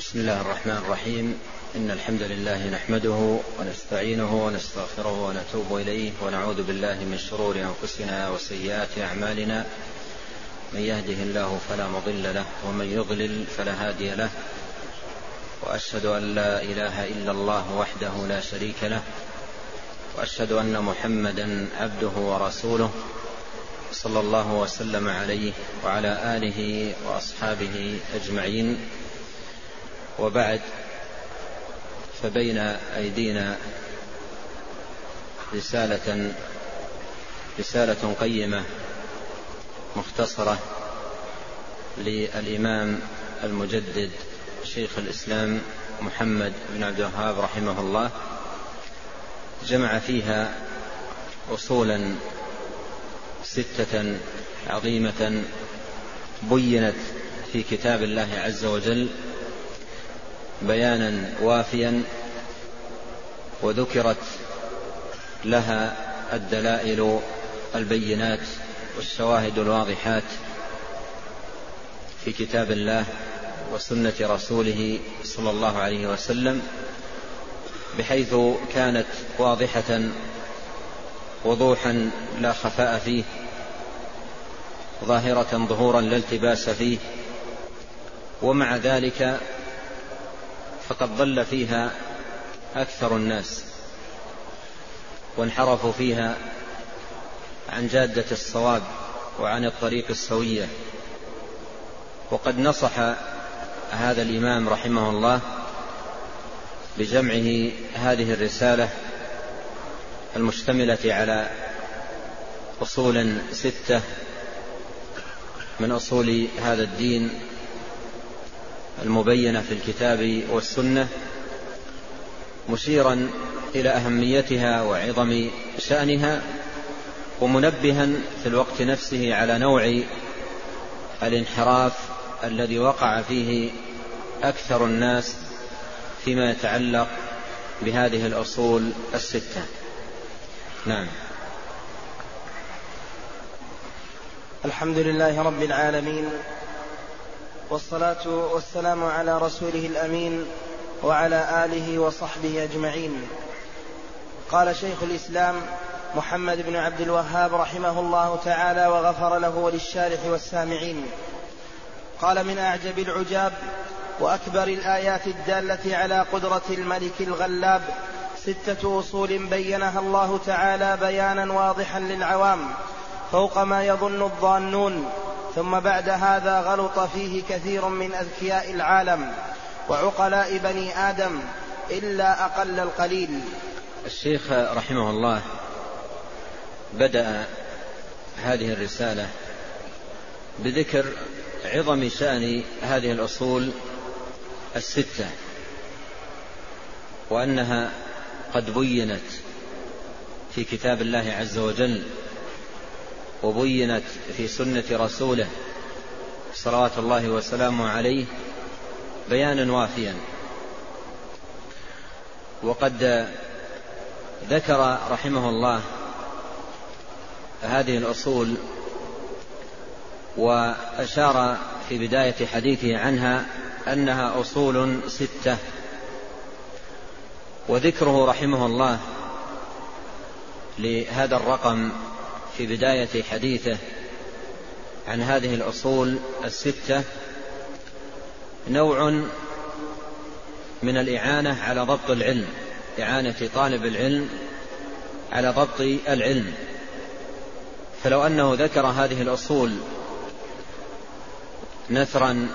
بسم الله الرحمن الرحيم. إن الحمد لله نحمده ونستعينه ونستغفره ونتوب إليه ونعوذ بالله من شرور أنفسنا وسيئات أعمالنا. من يهده الله فلا مضل له ومن يضلل فلا هادي له، وأشهد أن لا إله إلا الله وحده لا شريك له، وأشهد أن محمدا عبده ورسوله صلى الله وسلم عليه وعلى آله وأصحابه أجمعين. وبعد، فبين أيدينا رسالة قيمة مختصرة للإمام المجدد شيخ الإسلام محمد بن عبد الوهاب رحمه الله، جمع فيها أصولا 6 عظيمة بينت في كتاب الله عز وجل بيانا وافيا، وذكرت لها الدلائل البينات والشواهد الواضحات في كتاب الله وسنة رسوله صلى الله عليه وسلم، بحيث كانت واضحة وضوحا لا خفاء فيه، ظاهرة ظهورا لا التباس فيه. ومع ذلك فقد ضل فيها أكثر الناس وانحرفوا فيها عن جادة الصواب وعن الطريق السوية. وقد نصح هذا الإمام رحمه الله بجمعه هذه الرسالة المشتملة على أصول 6 من أصول هذا الدين المبينة في الكتاب والسنة، مشيرا إلى أهميتها وعظم شأنها، ومنبها في الوقت نفسه على نوع الانحراف الذي وقع فيه أكثر الناس فيما يتعلق بهذه الأصول 6. نعم. الحمد لله رب العالمين، والصلاة والسلام على رسوله الأمين وعلى آله وصحبه أجمعين. قال شيخ الإسلام محمد بن عبد الوهاب رحمه الله تعالى وغفر له وللشارح والسامعين، قال: من أعجب العجاب وأكبر الآيات الدالة على قدرة الملك الغلاب 6 أصول بينها الله تعالى بيانا واضحا للعوام فوق ما يظن الظانون، ثم بعد هذا غلط فيه كثير من أذكياء العالم وعقلاء بني آدم إلا أقل القليل. الشيخ رحمه الله بدأ هذه الرسالة بذكر عظم شأن هذه الأصول 6، وأنها قد بينت في كتاب الله عز وجل، وبينت في سنة رسوله صلوات الله وسلامه عليه بيانا وافيا. وقد ذكر رحمه الله هذه الأصول، وأشار في بداية حديثه عنها أنها أصول 6. وذكره رحمه الله لهذا الرقم في بداية حديثه عن هذه الأصول 6 نوع من الإعانة على ضبط العلم، إعانة طالب العلم على ضبط العلم. فلو أنه ذكر هذه الأصول نثرا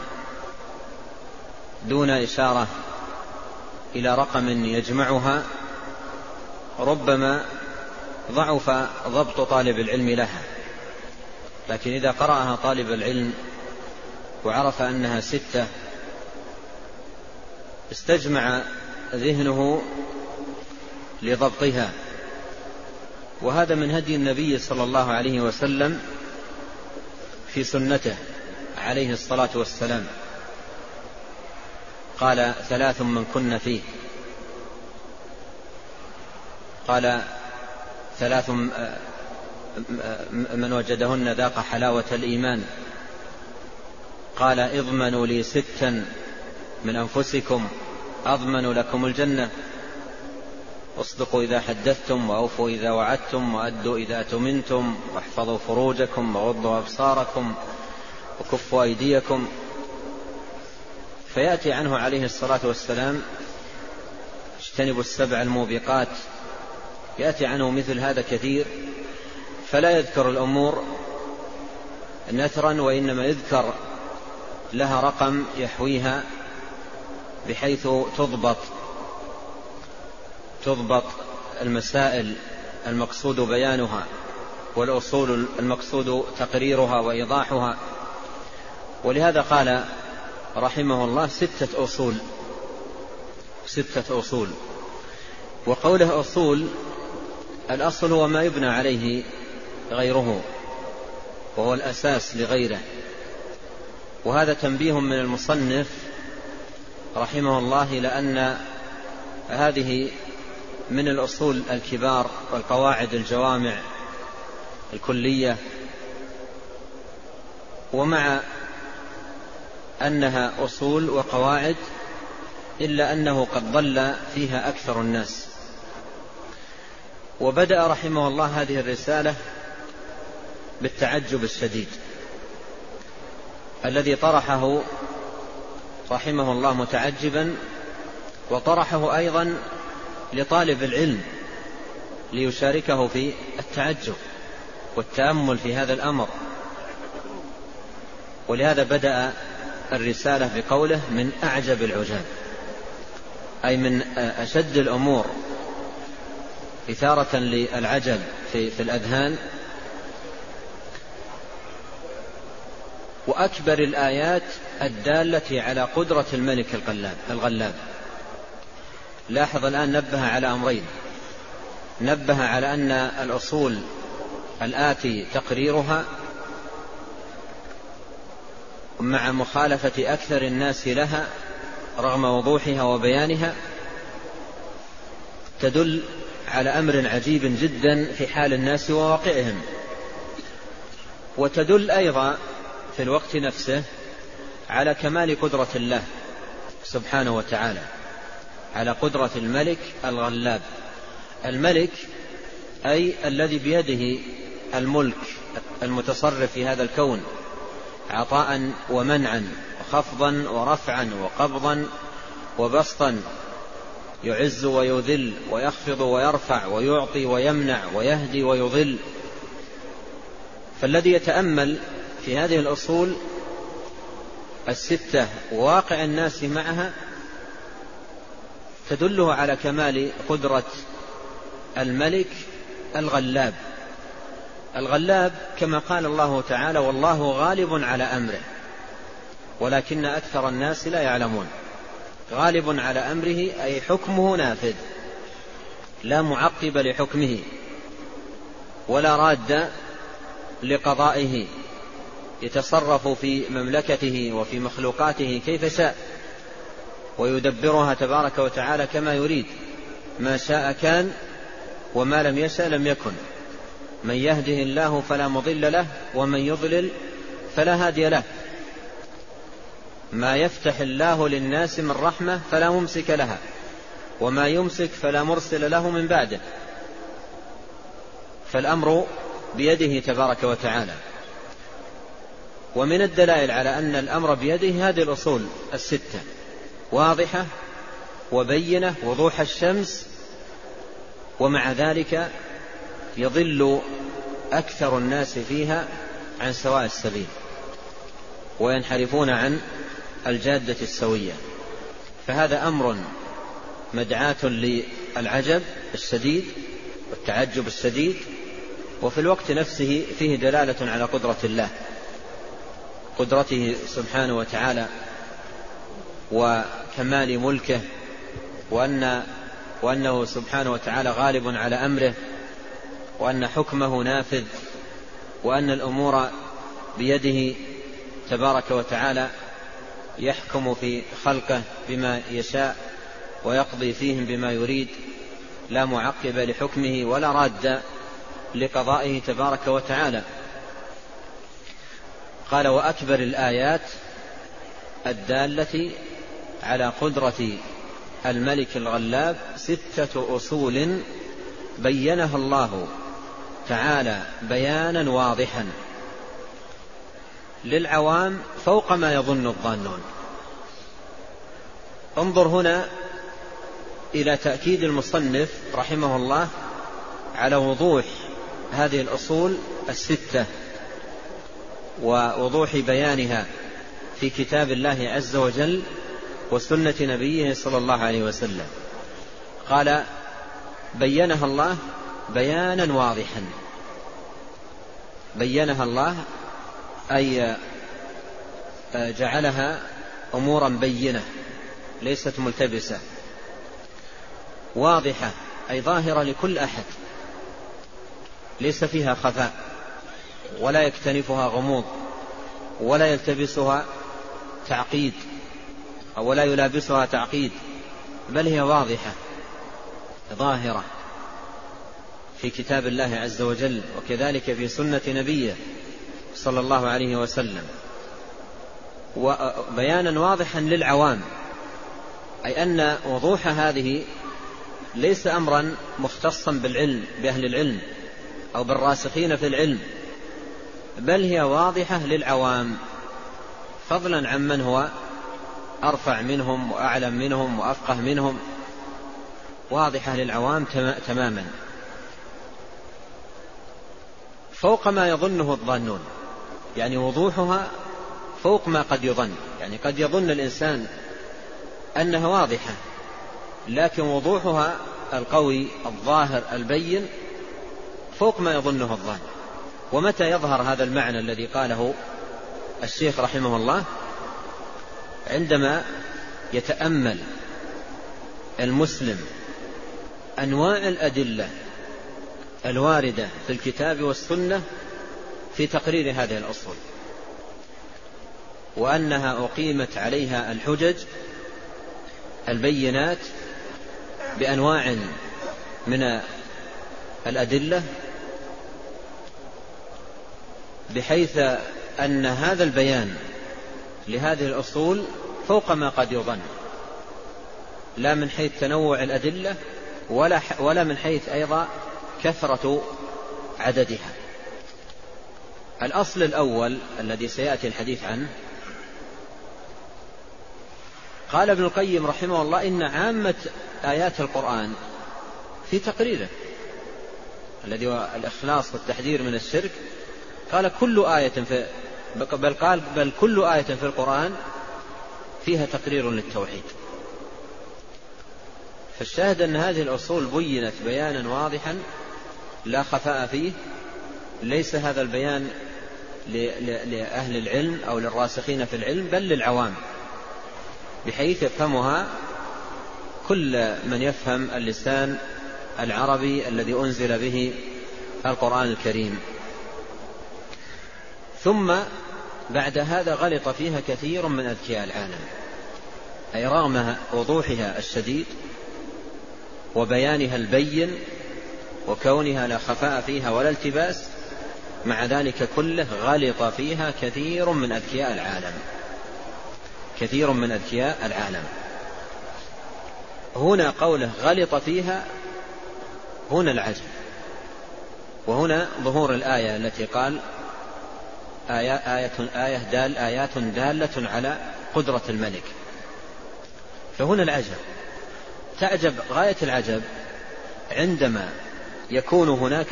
دون إشارة إلى رقم يجمعها، ربما ضعف ضبط طالب العلم لها. لكن إذا قرأها طالب العلم وعرف أنها 6 استجمع ذهنه لضبطها. وهذا من هدي النبي صلى الله عليه وسلم في سنته عليه الصلاة والسلام. قال: 3 من كن فيه، قال: 3 من وجدهن ذاق حلاوة الإيمان. قال: اضمنوا لي 6 من أنفسكم أضمن لكم الجنة، اصدقوا إذا حدثتم، وأوفوا إذا وعدتم، وأدوا إذا أتمنتم، واحفظوا فروجكم، وغضوا أبصاركم، وكفوا أيديكم. فيأتي عنه عليه الصلاة والسلام اجتنبوا السبع الموبقات، يأتي عنه مثل هذا كثير، فلا يذكر الأمور نثرا، وإنما يذكر لها رقم يحويها بحيث تضبط المسائل المقصود بيانها، والأصول المقصود تقريرها وإيضاحها. ولهذا قال رحمه الله 6 أصول. وقوله أصول، الأصل هو ما يبنى عليه غيره، وهو الأساس لغيره. وهذا تنبيه من المصنف رحمه الله، لأن هذه من الأصول الكبار والقواعد الجوامع الكلية، ومع أنها أصول وقواعد إلا أنه قد ضل فيها أكثر الناس. وبدأ رحمه الله هذه الرسالة بالتعجب الشديد الذي طرحه رحمه الله متعجبا، وطرحه أيضا لطالب العلم ليشاركه في التعجب والتأمل في هذا الأمر. ولهذا بدأ الرسالة بقوله من أعجب العجاب، أي من أشد الأمور إثارة للعجب في الأذهان، وأكبر الآيات الدالة على قدرة الملك الغلاب. لاحظ الآن نبه على أمرين: نبه على أن الأصول الآتي تقريرها مع مخالفة أكثر الناس لها رغم وضوحها وبيانها تدل على أمر عجيب جدا في حال الناس وواقعهم، وتدل أيضا في الوقت نفسه على كمال قدرة الله سبحانه وتعالى، على قدرة الملك الغلاب. الملك أي الذي بيده الملك المتصرف في هذا الكون عطاء ومنعا، وخفضا ورفعا، وقبضا وبسطا، يعز ويذل، ويخفض ويرفع، ويعطي ويمنع، ويهدي ويضل. فالذي يتأمل في هذه الأصول 6 وواقع الناس معها تدله على كمال قدرة الملك الغلاب. الغلاب كما قال الله تعالى: والله غالب على أمره ولكن أكثر الناس لا يعلمون. غالب على أمره أي حكمه نافذ، لا معقب لحكمه ولا راد لقضائه، يتصرف في مملكته وفي مخلوقاته كيف شاء، ويدبرها تبارك وتعالى كما يريد. ما شاء كان، وما لم يشأ لم يكن. من يهده الله فلا مضل له، ومن يضلل فلا هادي له. ما يفتح الله للناس من رحمة فلا ممسك لها، وما يمسك فلا مرسل له من بعده. فالأمر بيده تبارك وتعالى. ومن الدلائل على أن الأمر بيده هذه الأصول 6 واضحة وبينة وضوح الشمس، ومع ذلك يضل أكثر الناس فيها عن سواء السبيل، وينحرفون عن الجادة السوية. فهذا أمر مدعاة للعجب الشديد والتعجب الشديد، وفي الوقت نفسه فيه دلالة على قدرة الله، قدرته سبحانه وتعالى وكمال ملكه، وأنه سبحانه وتعالى غالب على أمره، وأن حكمه نافذ، وأن الأمور بيده تبارك وتعالى، يحكم في خلقه بما يشاء ويقضي فيهم بما يريد، لا معقب لحكمه ولا راد لقضائه تبارك وتعالى. قال: وأكبر الآيات الدالة على قدرة الملك الغلاب 6 أصول بينها الله تعالى بيانا واضحا للعوام فوق ما يظن الظانون. انظر هنا إلى تأكيد المصنف رحمه الله على وضوح هذه الأصول 6 ووضوح بيانها في كتاب الله عز وجل وسنة نبيه صلى الله عليه وسلم. قال بينها الله بيانا واضحا. بينها الله أي جعلها أمورا بينة ليست ملتبسة، واضحة أي ظاهرة لكل أحد، ليس فيها خفاء ولا يكتنفها غموض ولا يلتبسها تعقيد أو ولا يلابسها تعقيد، بل هي واضحة ظاهرة في كتاب الله عز وجل وكذلك في سنة نبيه صلى الله عليه وسلم، وبيانا واضحا للعوام، أي أن وضوح هذه ليس أمرا مختصا بالعلم بأهل العلم أو بالراسخين في العلم، بل هي واضحة للعوام فضلا عمن هو أرفع منهم وأعلم منهم وأفقه منهم، واضحة للعوام تماما فوق ما يظنه الظانون. يعني وضوحها فوق ما قد يظن، يعني قد يظن الإنسان أنها واضحة، لكن وضوحها القوي الظاهر البين فوق ما يظنه الظان. ومتى يظهر هذا المعنى الذي قاله الشيخ رحمه الله؟ عندما يتأمل المسلم أنواع الأدلة الواردة في الكتاب والسنة في تقرير هذه الأصول، وأنها أقيمت عليها الحجج البينات بأنواع من الأدلة، بحيث أن هذا البيان لهذه الأصول فوق ما قد يظن، لا من حيث تنوع الأدلة ولا من حيث أيضا كثرة عددها. الأصل الأول الذي سيأتي الحديث عنه، قال ابن القيم رحمه الله إن عامة آيات القرآن في تقريره الذي هو الإخلاص والتحذير من الشرك، قال كل آية بل كل آية في القرآن فيها تقرير للتوحيد. فالشاهد أن هذه الأصول بينت بيانا واضحا لا خفاء فيه، ليس هذا البيان لأهل العلم أو للراسخين في العلم بل للعوام، بحيث يفهمها كل من يفهم اللسان العربي الذي أنزل به القرآن الكريم. ثم بعد هذا غلط فيها كثير من أذكياء العالم، أي رغم وضوحها الشديد وبيانها البين وكونها لا خفاء فيها ولا التباس، مع ذلك كله غلط فيها كثير من أذكياء العالم، كثير من أذكياء العالم. هنا قوله غلط فيها هنا العجب، وهنا ظهور الآية التي قال آيات دالة على قدرة الملك. فهنا العجب، تعجب غاية العجب عندما يكون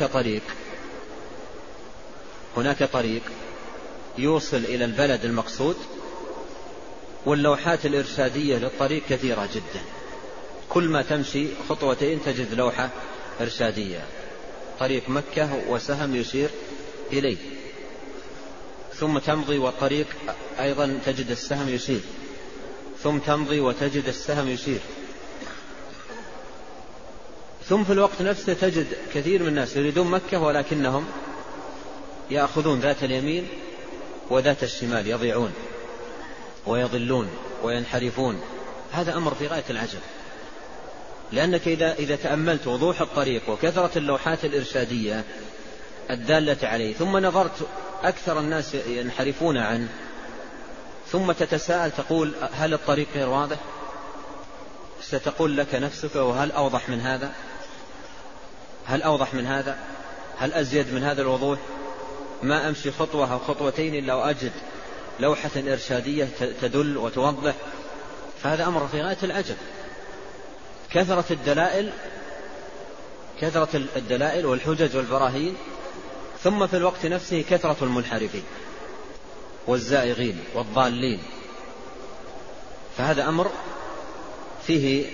هناك طريق يوصل إلى البلد المقصود، واللوحات الإرشادية للطريق كثيرة جدا، كل ما تمشي خطوتين تجد لوحة إرشادية، طريق مكة وسهم يشير إليه، ثم تمضي والطريق أيضا تجد السهم يشير، ثم تمضي وتجد السهم يشير، ثم في الوقت نفسه تجد كثير من الناس يريدون مكة ولكنهم يأخذون ذات اليمين وذات الشمال، يضيعون ويضلون وينحرفون. هذا أمر في غاية العجب، لأنك إذا تأملت وضوح الطريق وكثرة اللوحات الإرشادية الدالة عليه، ثم نظرت أكثر الناس ينحرفون عنه، ثم تتساءل تقول هل الطريق غير واضح؟ ستقول لك نفسك: وهل أوضح من هذا؟ هل أوضح من هذا؟ هل أزيد من هذا الوضوح؟ ما أمشي خطوة أو خطوتين إلا وأجد لوحة إرشادية تدل وتوضح. فهذا أمر في غاية العجب. كثرة الدلائل والحجج والبراهين، ثم في الوقت نفسه كثرة المنحرفين والزائغين والضالين. فهذا أمر فيه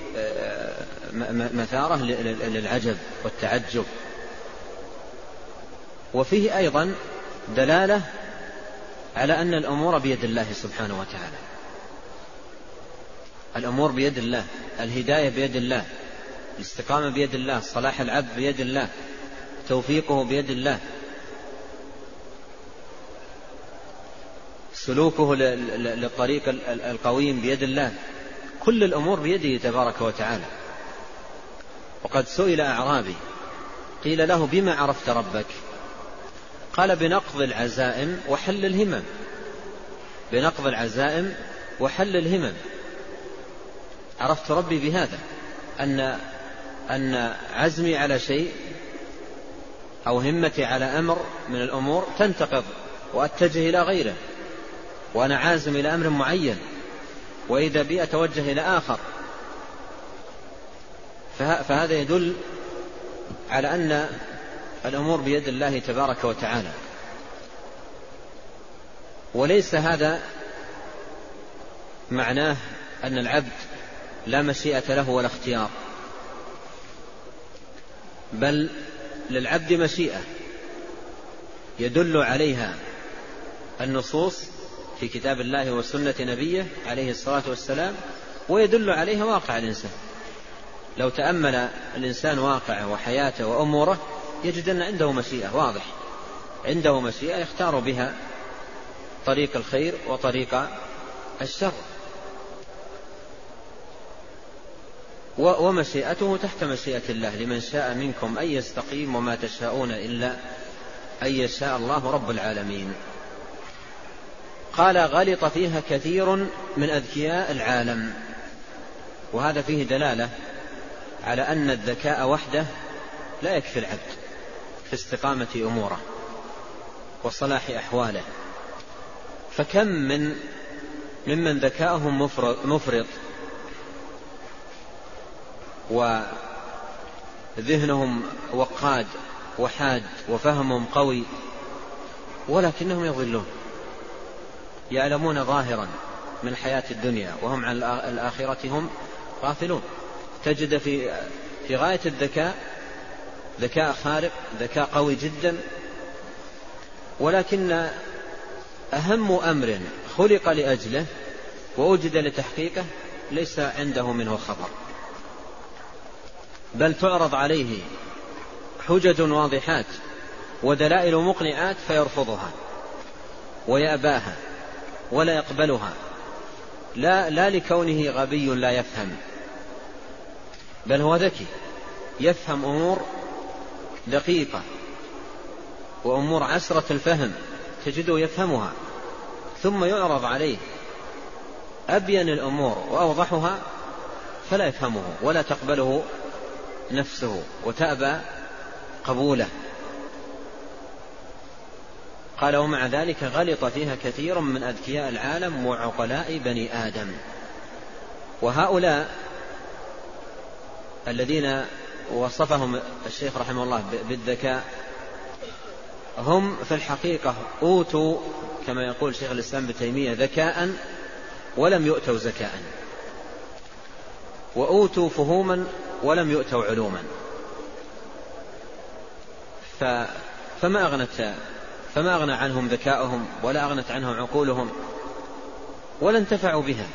مثارة للعجب والتعجب، وفيه أيضا دلالة على أن الأمور بيد الله سبحانه وتعالى. الأمور بيد الله، الهداية بيد الله، الاستقامة بيد الله، صلاح العبد بيد الله، توفيقه بيد الله، سلوكه للطريق القويم بيد الله. كل الأمور بيده تبارك وتعالى. وقد سئل أعرابي قيل له: بما عرفت ربك؟ قال: بنقض العزائم وحل الهمم. بنقض العزائم وحل الهمم. عرفت ربي بهذا، أن عزمي على شيء أو همتي على أمر من الأمور تنتقض وأتجه إلى غيره، وأنا عازم إلى أمر معين، وإذا بي أتوجه إلى آخر. فهذا يدل على أن الأمور بيد الله تبارك وتعالى. وليس هذا معناه أن العبد لا مشيئة له ولا اختيار، بل للعبد مشيئة يدل عليها النصوص في كتاب الله وسنة نبيه عليه الصلاة والسلام، ويدل عليها واقع الإنسان. لو تأمل الإنسان واقعه وحياته وأموره يجد أن عنده مشيئة، واضح عنده مشيئة يختار بها طريق الخير وطريق الشر، ومشيئته تحت مشيئة الله: لمن شاء منكم أن يستقيم وما تشاءون إلا أن يشاء الله رب العالمين. قال: غلط فيها كثير من أذكياء العالم. وهذا فيه دلالة على أن الذكاء وحده لا يكفي العبد في استقامة أموره وصلاح أحواله. فكم ممن ذكاءهم مفرط وذهنهم وقاد وحاد وفهمهم قوي، ولكنهم يضلون، يعلمون ظاهرا من الحياة الدنيا وهم عن الآخرة هم غافلون. تجد في غاية الذكاء، ذكاء خارق، ذكاء قوي جدا، ولكن أهم أمر خلق لأجله ووجد لتحقيقه ليس عنده منه خبر، بل تعرض عليه حجج واضحات ودلائل مقنعات فيرفضها ويأباها ولا يقبلها، لا لكونه غبي لا يفهم، بل هو ذكي يفهم أمور دقيقة وأمور عسرة الفهم تجده يفهمها، ثم يعرض عليه أبين الأمور وأوضحها فلا يفهمه ولا تقبله نفسه وتأبى قبوله. قال: ومع ذلك غلط فيها كثير من أذكياء العالم وعقلاء بني آدم. وهؤلاء الذين وصفهم الشيخ رحمه الله بالذكاء هم في الحقيقة أوتوا كما يقول شيخ الإسلام ابن تيمية ذكاء ولم يؤتوا زكاء، وأوتوا فهوما ولم يؤتوا علوما، فما أغنى عنهم ذكاؤهم ولا أغنت عنهم عقولهم ولا انتفعوا بها.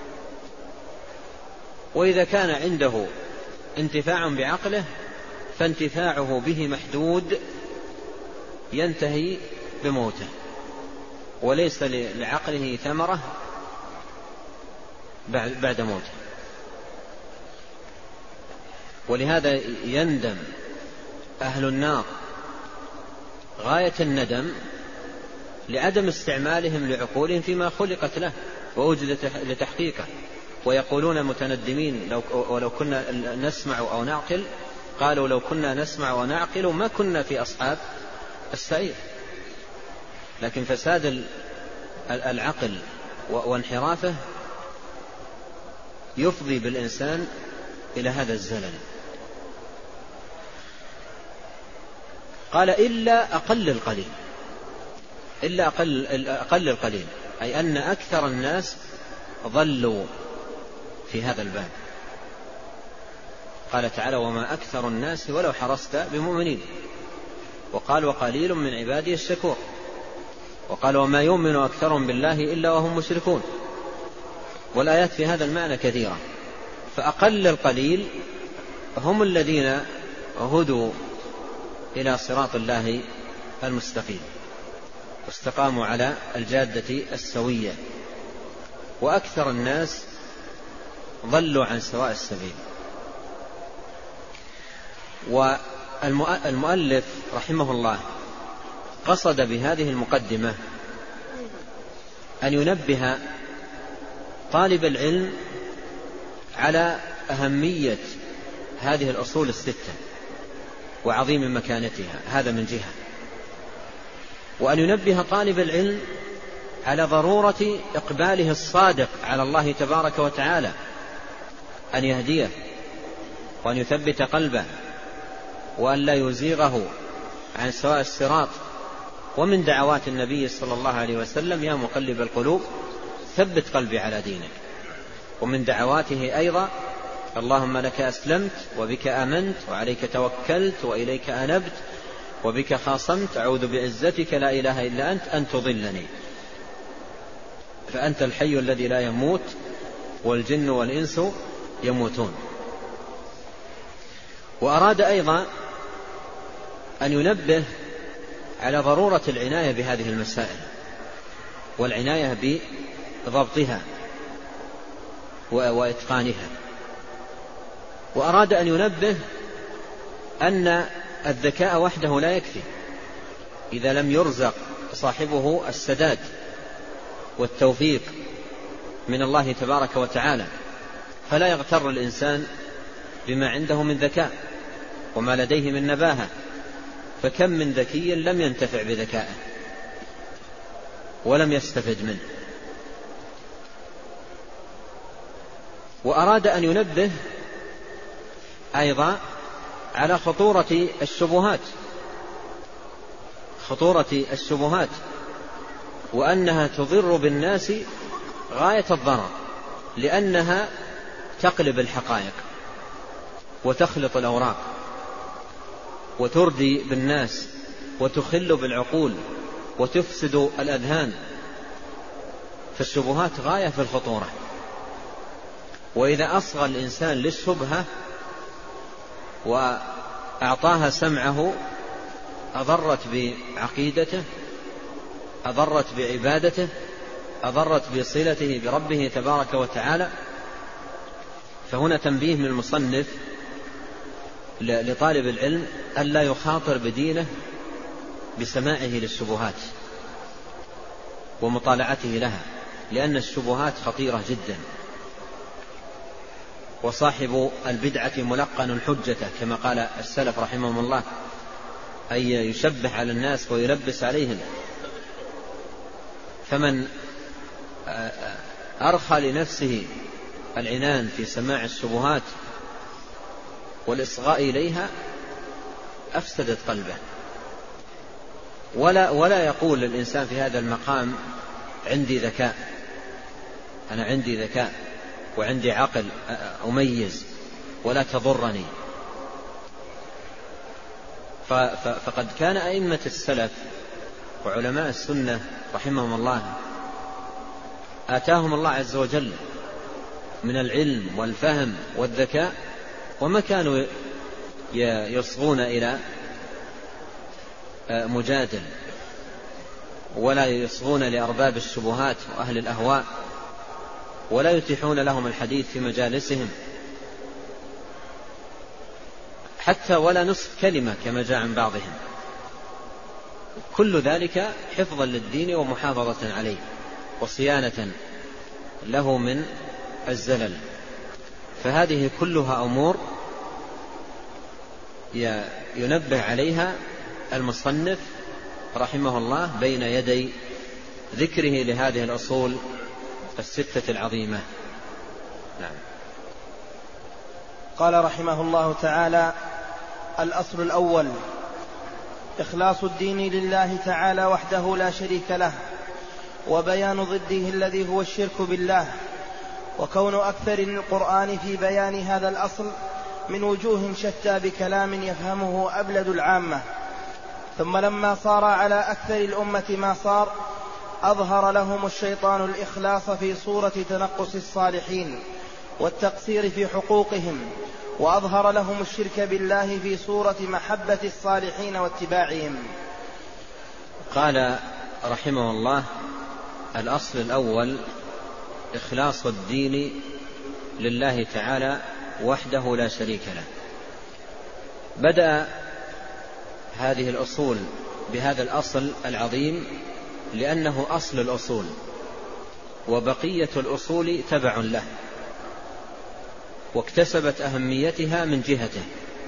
وإذا كان عنده انتفاع بعقله فانتفاعه به محدود ينتهي بموته، وليس لعقله ثمرة بعد موته. ولهذا يندم أهل النار غاية الندم لعدم استعمالهم لعقولهم فيما خلقت له ووجدت لتحقيقه، ويقولون متندمين ولو كنا نسمع أو نعقل، قالوا لو كنا نسمع ونعقل ما كنا في أصحاب السعير. لكن فساد العقل وانحرافه يفضي بالإنسان إلى هذا الزلل. قال إلا أقل القليل، إلا أقل القليل، أي أن أكثر الناس ضلوا في هذا الباب. قال تعالى وما أكثر الناس ولو حرصت بمؤمنين. وقال وقليل من عبادي الشكور. وقال وما يؤمن أكثرهم بالله إلا وهم مشركون. والآيات في هذا المعنى كثيرة. فأقل القليل هم الذين هدوا إلى صراط الله المستقيم واستقاموا على الجادة السوية، وأكثر الناس ضلوا عن سواء السبيل. والمؤلف رحمه الله قصد بهذه المقدمة أن ينبه طالب العلم على أهمية هذه الأصول الستة وعظيم مكانتها، هذا من جهة، وأن ينبه طالب العلم على ضرورة إقباله الصادق على الله تبارك وتعالى، أن يهديه وأن يثبت قلبه وأن لا يزيغه عن سواء الصراط. ومن دعوات النبي صلى الله عليه وسلم يا مقلب القلوب ثبت قلبي على دينك. ومن دعواته أيضا اللهم لك أسلمت وبك آمنت وعليك توكلت وإليك أنبت وبك خاصمت أعوذ بعزتك لا إله إلا أنت أن تضلني فأنت الحي الذي لا يموت والجن والإنس يموتون. وأراد أيضا أن ينبه على ضرورة العناية بهذه المسائل والعناية بضبطها وإتقانها. وأراد أن ينبه أن الذكاء وحده لا يكفي إذا لم يرزق صاحبه السداد والتوفيق من الله تبارك وتعالى، فلا يغتر الإنسان بما عنده من ذكاء وما لديه من نباهة، فكم من ذكي لم ينتفع بذكائه ولم يستفد منه. وأراد أن ينبه أيضا على خطورة الشبهات وأنها تضر بالناس غاية الضرر، لأنها تقلب الحقائق وتخلط الأوراق وتردي بالناس وتخل بالعقول وتفسد الأذهان. فالشبهات غاية في الخطورة، وإذا أصغى الإنسان للشبهة وأعطاها سمعه أضرت بعقيدته، أضرت بعبادته، أضرت بصلته بربه تبارك وتعالى. فهنا تنبيه من المصنف لطالب العلم ألا يخاطر بدينه بسماعه للشبهات ومطالعته لها، لأن الشبهات خطيرة جدا. وصاحب البدعة ملقن حجته كما قال السلف رحمهم الله، أي يشبه على الناس ويلبس عليهم. فمن أرخى لنفسه العنان في سماع الشبهات والإصغاء إليها أفسدت قلبه. ولا يقول الإنسان في هذا المقام عندي ذكاء، أنا عندي ذكاء وعندي عقل أميز ولا تضرني. فقد كان أئمة السلف وعلماء السنة رحمهم الله آتاهم الله عز وجل من العلم والفهم والذكاء، وما كانوا يصغون إلى مجادل ولا يصغون لأرباب الشبهات وأهل الأهواء، ولا يتيحون لهم الحديث في مجالسهم حتى ولا نصف كلمة كما جاء عن بعضهم. كل ذلك حفظا للدين ومحافظة عليه وصيانة له من الزلل. فهذه كلها أمور ينبه عليها المصنف رحمه الله بين يدي ذكره لهذه الأصول الستة العظيمة. نعم. قال رحمه الله تعالى: الأصل الأول إخلاص الدين لله تعالى وحده لا شريك له، وبيان ضده الذي هو الشرك بالله، وكون أكثر القرآن في بيان هذا الأصل من وجوه شتى بكلام يفهمه أبلد العامة. ثم لما صار على أكثر الأمة ما صار، أظهر لهم الشيطان الإخلاص في صورة تنقص الصالحين والتقصير في حقوقهم، وأظهر لهم الشرك بالله في صورة محبة الصالحين واتباعهم. قال رحمه الله: الأصل الأول إخلاص الدين لله تعالى وحده لا شريك له. بدأ هذه الأصول بهذا الأصل العظيم لأنه أصل الأصول، وبقية الأصول تبع له، واكتسبت أهميتها من جهته،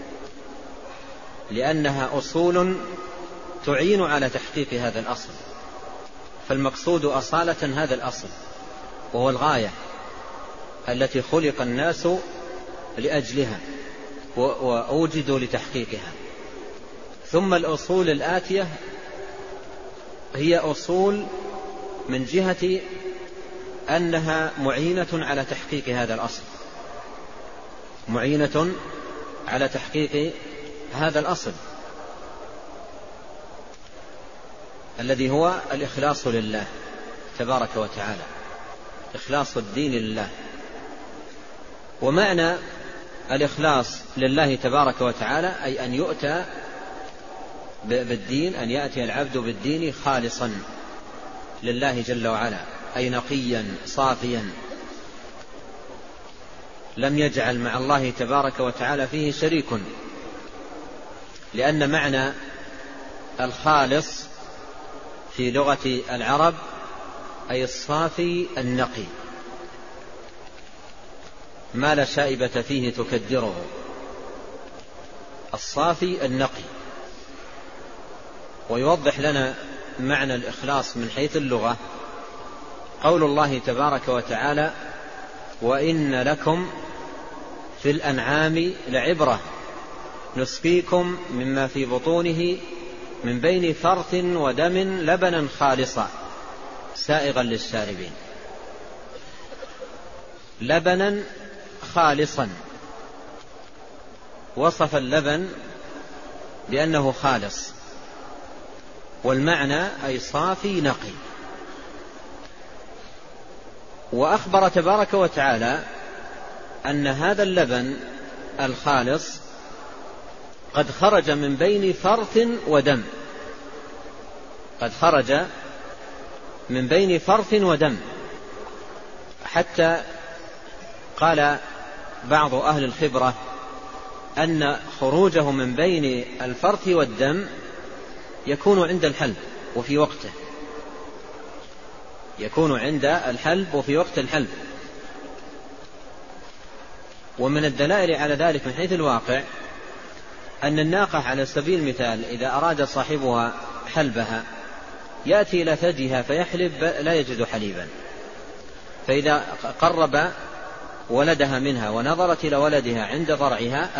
لأنها أصول تعين على تحقيق هذا الأصل. فالمقصود أصالة هذا الأصل، وهو الغاية التي خلق الناس لأجلها وأوجدوا لتحقيقها. ثم الأصول الآتية هي أصول من جهة أنها معينة على تحقيق هذا الأصل، معينة على تحقيق هذا الأصل الذي هو الإخلاص لله تبارك وتعالى، إخلاص الدين لله. ومعنى الإخلاص لله تبارك وتعالى أي أن يؤتى بالدين، أن يأتي العبد بالدين خالصا لله جل وعلا، أي نقيا صافيا لم يجعل مع الله تبارك وتعالى فيه شريك. لأن معنى الخالص في لغة العرب أي الصافي النقي، ما لا شائبة فيه تكدره، الصافي النقي. ويوضح لنا معنى الإخلاص من حيث اللغة قول الله تبارك وتعالى: وإن لكم في الأنعام لعبرة نسقيكم مما في بطونه من بين فرث ودم لبنا خالصا سائغا للشاربين. لبنا خالصا، وصف اللبن بأنه خالص، والمعنى أي صافي نقي. وأخبر تبارك وتعالى أن هذا اللبن الخالص قد خرج من بين فرث ودم، قد خرج من بين فرث ودم، حتى قال بعض أهل الخبرة أن خروجه من بين الفرث والدم يكون عند الحلب وفي وقته، يكون عند الحلب وفي وقت الحلب. ومن الدلائل على ذلك من حيث الواقع أن الناقة على سبيل المثال إذا أراد صاحبها حلبها يأتي إلى ثديها فيحلب لا يجد حليبا، فإذا قرب ولدها منها ونظرت إلى ولدها عند ضرعها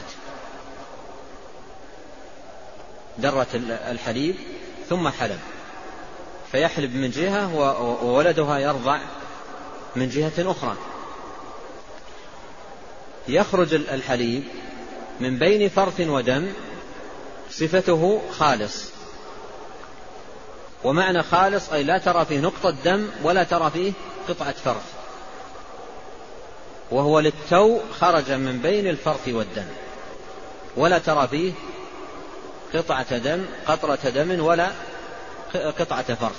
درت الحليب ثم حلب، فيحلب من جهة وولدها يرضع من جهة أخرى. يخرج الحليب من بين فرث ودم، صفته خالص. ومعنى خالص أي لا ترى فيه نقطة دم ولا ترى فيه قطعة فرث، وهو للتو خرج من بين الفرث والدم، ولا ترى فيه قطعة دم، قطرة دم، ولا قطعة فرث.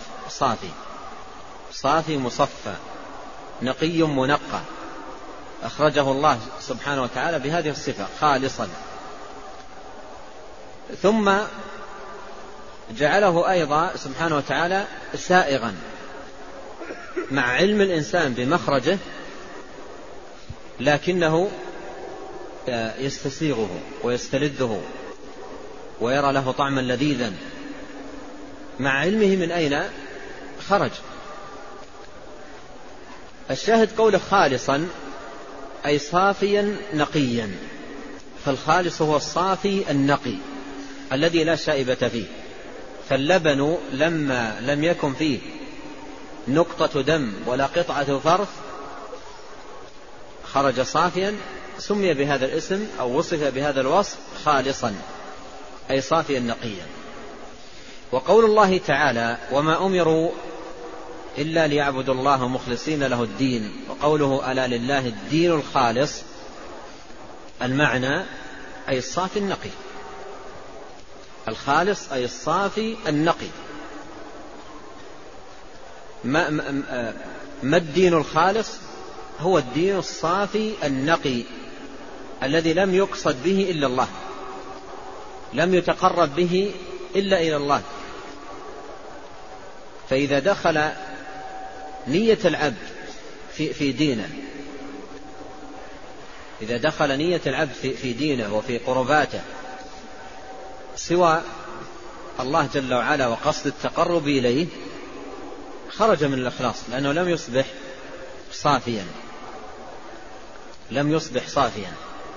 صافي مصفى نقي منقى، أخرجه الله سبحانه وتعالى بهذه الصفة خالصا. ثم جعله أيضا سبحانه وتعالى سائغا، مع علم الإنسان بمخرجه لكنه يستسيغه ويستلذه ويرى له طعما لذيذا مع علمه من أين خرج. الشاهد قوله خالصا أي صافيا نقيا، فالخالص هو الصافي النقي الذي لا شائبة فيه. فاللبن لما لم يكن فيه نقطة دم ولا قطعة فرث خرج صافيا، سمي بهذا الاسم أو وصف بهذا الوصف خالصا أي صافيا نقيا. وقول الله تعالى وما أمروا إلا ليعبدوا الله مخلصين له الدين، وقوله ألا لله الدين الخالص، المعنى أي الصافي النقي. الخالص أي الصافي النقي. ما الدين الخالص؟ هو الدين الصافي النقي الذي لم يقصد به إلا الله، لم يتقرب به إلا إلى الله. فإذا دخل نية العبد في دينه، إذا دخل نية العبد في دينه وفي قرباته سوى الله جل وعلا وقصد التقرب إليه، خرج من الإخلاص، لأنه لم يصبح صافيا، لم يصبح صافيا.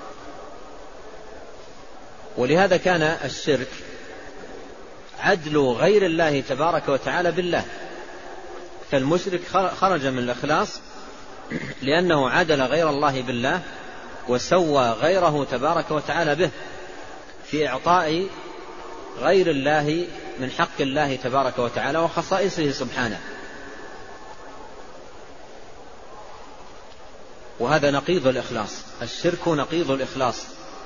ولهذا كان الشرك عدل غير الله تبارك وتعالى بالله. فالمشرك خرج من الإخلاص لأنه عدل غير الله بالله وسوى غيره تبارك وتعالى به في إعطاء غير الله من حق الله تبارك وتعالى وخصائصه سبحانه. وهذا نقيض الإخلاص، الشرك نقيض الإخلاص.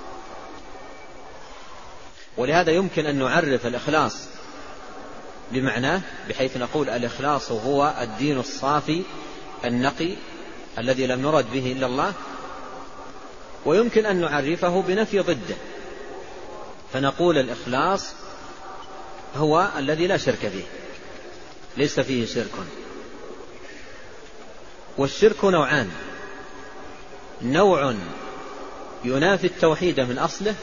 ولهذا يمكن أن نعرف الإخلاص بمعناه، بحيث نقول الإخلاص هو الدين الصافي النقي الذي لم نرد به إلا الله. ويمكن أن نعرفه بنفي ضده، فنقول الإخلاص هو الذي لا شرك فيه، ليس فيه شرك. والشرك نوعان: نوع ينافي التوحيد من أصله،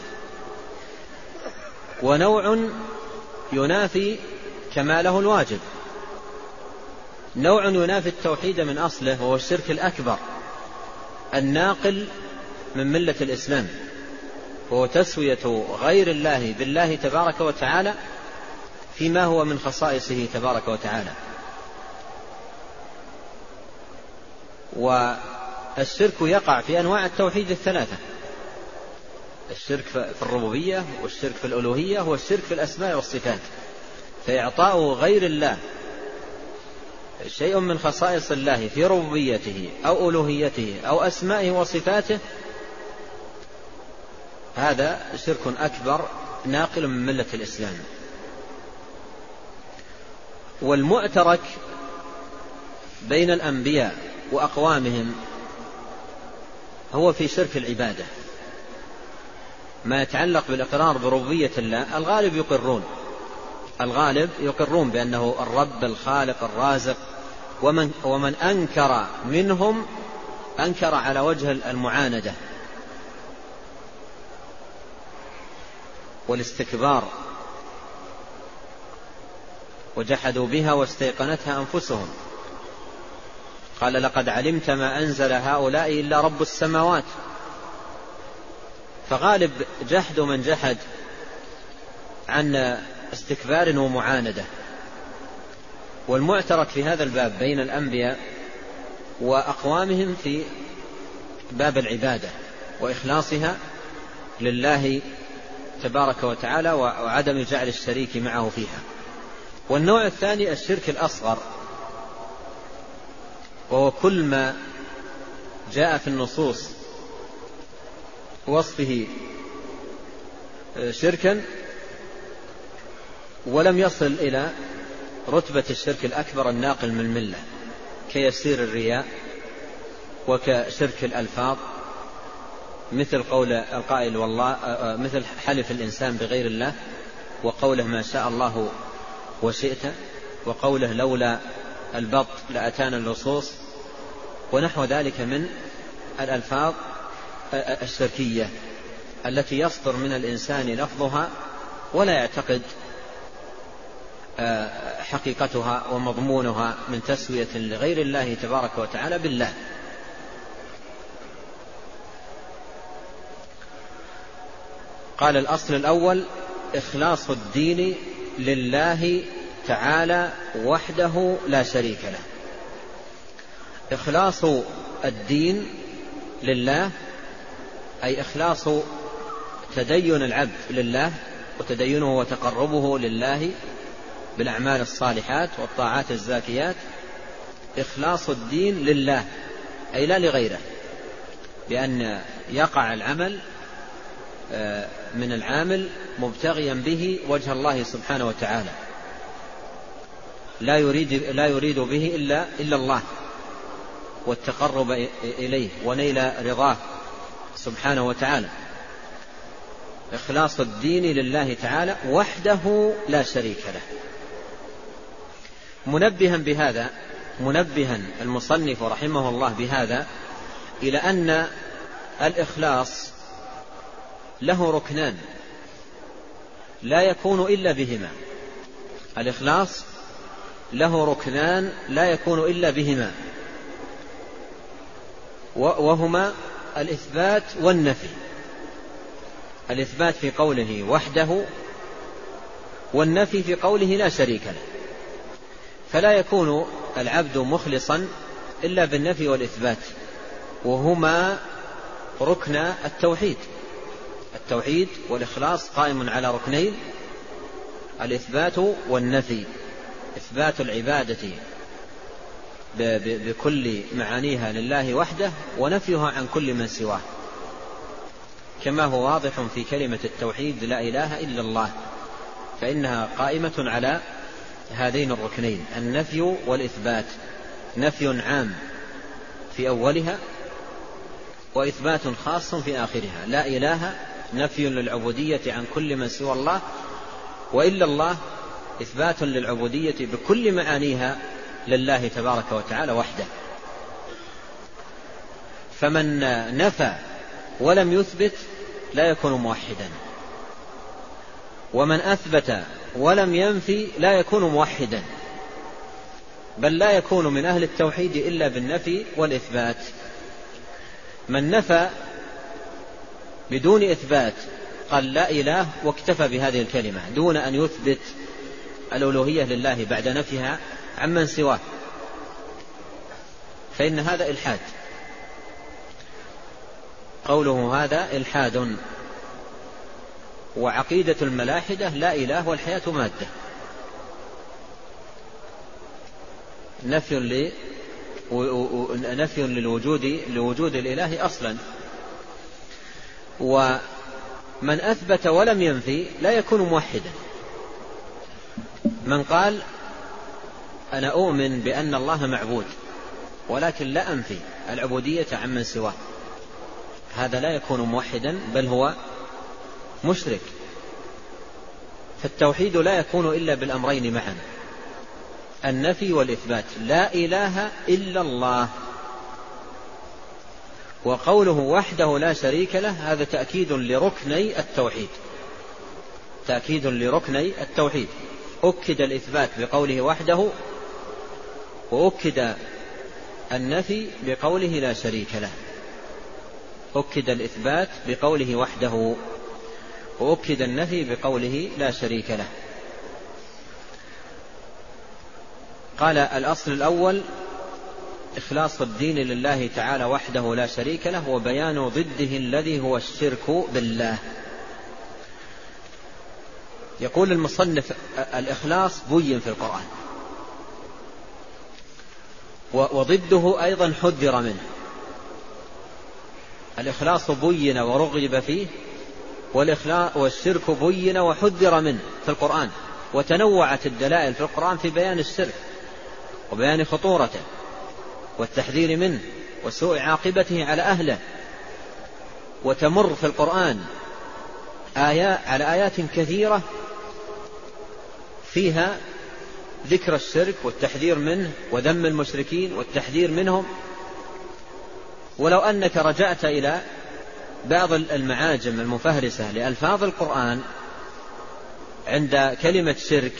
ونوع ينافي كماله الواجب. نوع ينافي التوحيد من أصله وهو الشرك الأكبر الناقل من ملة الإسلام، وهو تسوية غير الله بالله تبارك وتعالى فيما هو من خصائصه تبارك وتعالى. والشرك يقع في أنواع التوحيد الثلاثة: الشرك في الربوبية، والشرك في الألوهية، والشرك في الأسماء والصفات. فإعطاء غير الله شيء من خصائص الله في ربوبيته أو ألوهيته أو أسمائه وصفاته، هذا شرك أكبر ناقل من ملة الإسلام. والمعترك بين الأنبياء وأقوامهم هو في شرك العبادة. ما يتعلق بالإقرار بربوبية الله الغالب يقرون بأنه الرب الخالق الرازق، ومن أنكر منهم أنكر على وجه المعاندة والاستكبار، وجحدوا بها واستيقنتها أنفسهم. قال لقد علمت ما أنزل هؤلاء إلا رب السماوات. فغالب جحد من جحد عن استكبار ومعاندة. والمعترك في هذا الباب بين الأنبياء وأقوامهم في باب العبادة وإخلاصها لله تبارك وتعالى وعدم جعل الشريك معه فيها. والنوع الثاني الشرك الأصغر، وهو كل ما جاء في النصوص وصفه شركا ولم يصل إلى رتبة الشرك الأكبر الناقل من الملة، كيسير الرياء وكشرك الألفاظ، مثل قول القائل والله، مثل حلف الإنسان بغير الله وقوله ما شاء الله وشئت، وقوله لولا البط لأتانا اللصوص، ونحو ذلك من الألفاظ الشركية التي يصدر من الإنسان لفظها ولا يعتقد حقيقتها ومضمونها من تسوية لغير الله تبارك وتعالى بالله. قال الأصل الأول إخلاص الدين لله تعالى وحده لا شريك له. إخلاص الدين لله أي إخلاص تدين العبد لله وتدينه وتقربه لله بالأعمال الصالحات والطاعات الزاكيات. إخلاص الدين لله أي لا لغيره، بأن يقع العمل من العامل مبتغيا به وجه الله سبحانه وتعالى، لا يريد به إلا الله والتقرب إليه ونيل رضاه سبحانه وتعالى. إخلاص الدين لله تعالى وحده لا شريك له. منبها المصنف رحمه الله بهذا إلى أن الإخلاص له ركنان لا يكون إلا بهما. الإخلاص له ركنان لا يكون إلا بهما، وهما الإثبات والنفي. الإثبات في قوله وحده، والنفي في قوله لا شريك له. فلا يكون العبد مخلصا إلا بالنفي والإثبات، وهما ركن التوحيد. التوحيد والإخلاص قائم على ركنين: الإثبات والنفي. إثبات العبادة بكل معانيها لله وحده، ونفيها عن كل من سواه، كما هو واضح في كلمة التوحيد لا إله إلا الله، فإنها قائمة على هذين الركنين: النفي والإثبات. نفي عام في أولها، وإثبات خاص في آخرها. لا إله نفي للعبودية عن كل من سوى الله، وإلا الله إثبات للعبودية بكل معانيها لله تبارك وتعالى وحده. فمن نفى ولم يثبت لا يكون موحدا، ومن أثبت ولم ينفي لا يكون موحدا، بل لا يكون من أهل التوحيد إلا بالنفي والإثبات. من نفى بدون إثبات قال لا إله واكتفى بهذه الكلمة دون أن يثبت الألوهية لله بعد نفيها عمن سواه، فإن هذا إلحاد. قوله هذا إلحاد. وعقيدة الملاحدة لا إله والحياة مادة، نفي لوجود الإله أصلا. ومن أثبت ولم ينفي لا يكون موحدا. من قال أنا أؤمن بأن الله معبود ولكن لا أنفي العبودية عمن سواه، هذا لا يكون موحدا بل هو مشرك. فالتوحيد لا يكون إلا بالأمرين معا: النفي والإثبات. لا إله إلا الله. وقوله وحده لا شريك له هذا تأكيد لركني التوحيد، تأكيد لركني التوحيد. أكد الإثبات بقوله وحده، وأكد النفي بقوله لا شريك له. أكد الإثبات بقوله وحده، وأكد النفي بقوله لا شريك له. قال الأصل الأول إخلاص الدين لله تعالى وحده لا شريك له، وبيان ضده الذي هو الشرك بالله. يقول المصنف الإخلاص بين في القرآن، وضده أيضا حذر منه. الإخلاص بين ورغب فيه، والشرك بين وحذر منه في القرآن، وتنوعت الدلائل في القرآن في بيان الشرك وبيان خطورته والتحذير منه وسوء عاقبته على أهله. وتمر في القرآن على آيات كثيرة فيها ذكر الشرك والتحذير منه وذم المشركين والتحذير منهم، ولو أنك رجعت إلى بعض المعاجم المفهرسة لألفاظ القرآن عند كلمة شرك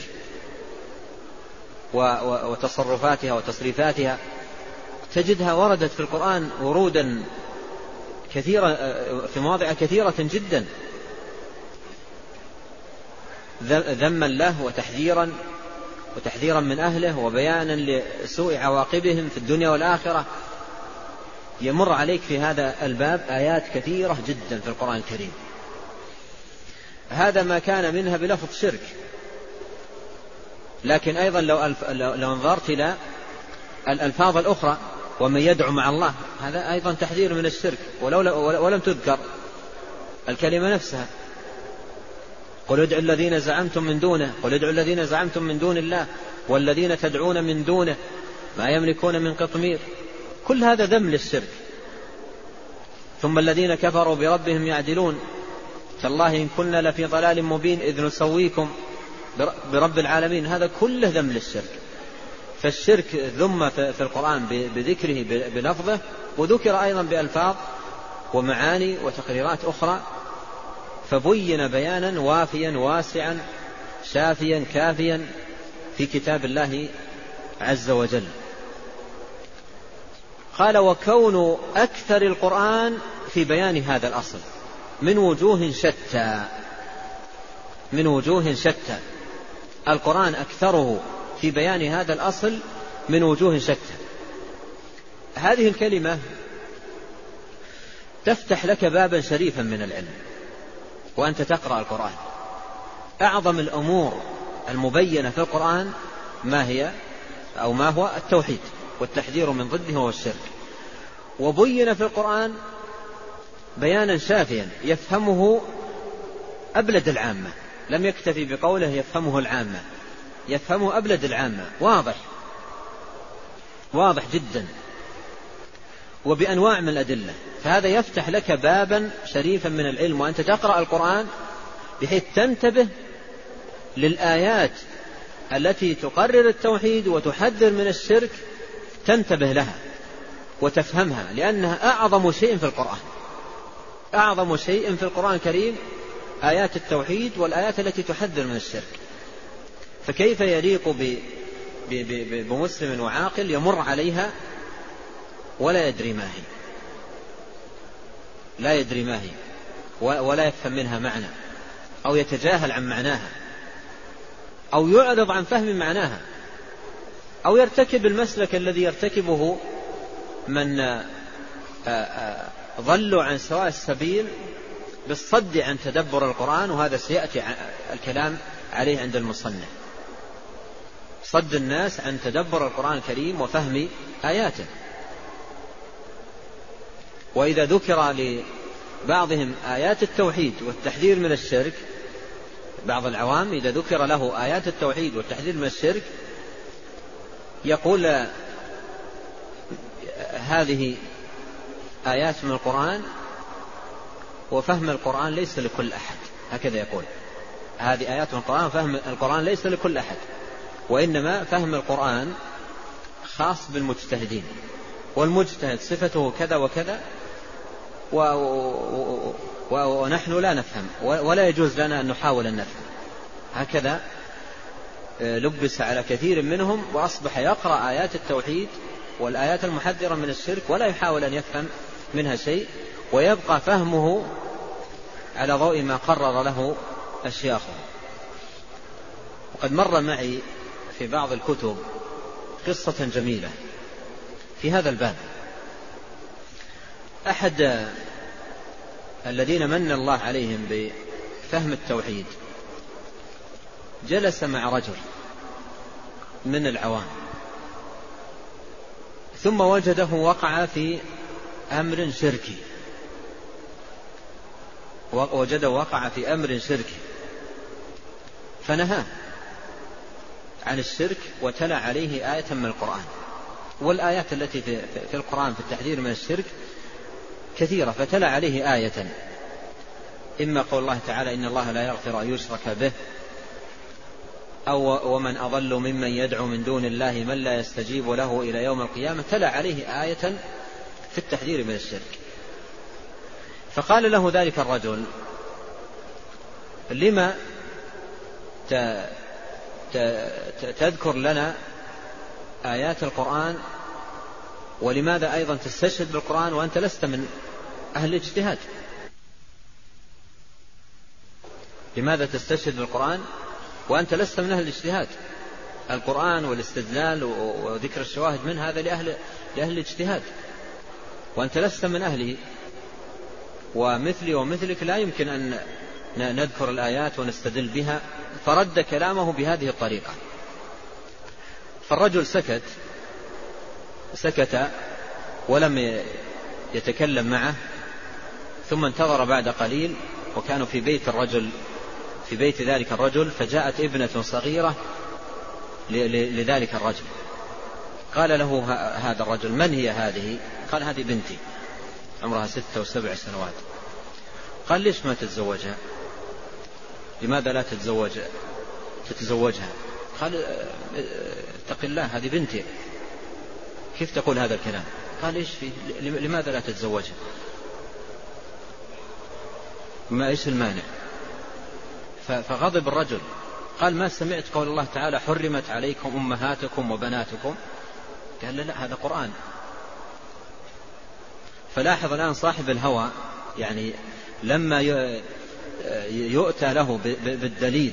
وتصرفاتها وتصريفاتها تجدها وردت في القرآن ورودا كثيرة في مواضع كثيرة جدا، ذما له وتحذيرا من أهله وبيانا لسوء عواقبهم في الدنيا والآخرة. يمر عليك في هذا الباب آيات كثيرة جدا في القرآن الكريم. هذا ما كان منها بلفظ شرك، لكن أيضا لو نظرت إلى الألفاظ الأخرى ومن يدعو مع الله، هذا أيضا تحذير من الشرك ولم تذكر الكلمة نفسها. قل ادعوا الذين زعمتم من دونه، قل ادعوا الذين زعمتم من دون الله والذين تدعون من دونه ما يملكون من قطمير. كل هذا ذم للشرك. ثم الذين كفروا بربهم يعدلون تالله إن كنا لفي ضلال مبين إذ نسويكم برب العالمين. هذا كله ذم للشرك. فالشرك ذم في القرآن بذكره بلفظه، وذكر أيضا بألفاظ ومعاني وتقريرات أخرى، فبين بيانا وافيا واسعا شافيا كافيا في كتاب الله عز وجل. قال وكون أكثر القرآن في بيان هذا الأصل من وجوه شتى. القرآن أكثره في بيان هذا الأصل من وجوه شتى. هذه الكلمة تفتح لك بابا شريفا من العلم وأنت تقرأ القرآن. أعظم الأمور المبينة في القرآن ما هو التوحيد والتحذير من ضده هو الشرك. وبين في القرآن بيانا شافيا يفهمه أبلد العامة، لم يكتفي بقوله يفهمه العامة، يفهمه أبلد العامة، واضح جدا وبأنواع من الأدلة. فهذا يفتح لك بابا شريفا من العلم وأنت تقرأ القرآن، بحيث تنتبه للآيات التي تقرر التوحيد وتحذر من الشرك، تنتبه لها وتفهمها، لأنها أعظم شيء في القرآن. أعظم شيء في القرآن الكريم آيات التوحيد والآيات التي تحذر من الشرك. فكيف يليق بمسلم وعاقل يمر عليها ولا يدري ما هي ولا يفهم منها معنى، أو يتجاهل عن معناها، أو يعرض عن فهم معناها، أو يرتكب المسلك الذي يرتكبه من ضلوا عن سواء السبيل بالصد عن تدبر القرآن. وهذا سيأتي الكلام عليه عند المصنف، صد الناس عن تدبر القرآن الكريم وفهم آياته. وإذا ذكر لبعضهم آيات التوحيد والتحذير من الشرك، بعض العوام إذا ذكر له آيات التوحيد والتحذير من الشرك يقول هذه آيات من القرآن وفهم القرآن ليس لكل أحد. هكذا يقول هذه آيات من القرآن وفهم القرآن ليس لكل أحد، وإنما فهم القرآن خاص بالمجتهدين، والمجتهد صفته كذا وكذا، ونحن لا نفهم ولا يجوز لنا أن نحاول أن نفهم. هكذا لبس على كثير منهم، وأصبح يقرأ آيات التوحيد والآيات المحذرة من الشرك ولا يحاول أن يفهم منها شيء، ويبقى فهمه على ضوء ما قرر له أشياخه. وقد مر معي في بعض الكتب قصة جميلة في هذا الباب. أحد الذين من الله عليهم بفهم التوحيد جلس مع رجل من العوام، ثم وجده وقع في أمر شركي، فنهاه عن الشرك وتلا عليه آية من القرآن. والآيات التي في القرآن في التحذير من الشرك كثيرة، فتلا عليه آية، إما قول الله تعالى إن الله لا يغفر أن يشرك به، أو ومن أضل ممن يدعو من دون الله من لا يستجيب له إلى يوم القيامة. تلا عليه آية في التحذير من الشرك. فقال له ذلك الرجل: لما تذكر لنا آيات القرآن، ولماذا أيضا تستشهد بالقرآن وأنت لست من أهل الاجتهاد؟ لماذا تستشهد بالقرآن وأنت لست من أهل الاجتهاد؟ القرآن والاستدلال وذكر الشواهد من هذا لأهل الاجتهاد، وأنت لست من أهله. ومثلي ومثلك لا يمكن أن نذكر الآيات ونستدل بها. فرد كلامه بهذه الطريقة. فالرجل سكت ولم يتكلم معه، ثم انتظر بعد قليل، وكانوا في بيت ذلك الرجل، فجاءت ابنة صغيرة لذلك الرجل. قال له هذا الرجل: من هي هذه؟ قال: هذه بنتي عمرها 6 و7 سنوات. قال: ليش ما تتزوجها؟ لماذا لا تتزوجها؟ قال: اتق الله، هذه بنتي، كيف تقول هذا الكلام؟ قال: ايش فيه؟ لماذا لا تتزوجها؟ ما ايش المانع؟ فغضب الرجل. قال: ما سمعت قول الله تعالى: حرمت عليكم أمهاتكم وبناتكم؟ قال: لا، هذا قرآن. فلاحظ الآن صاحب الهوى، يعني لما يؤتى له بالدليل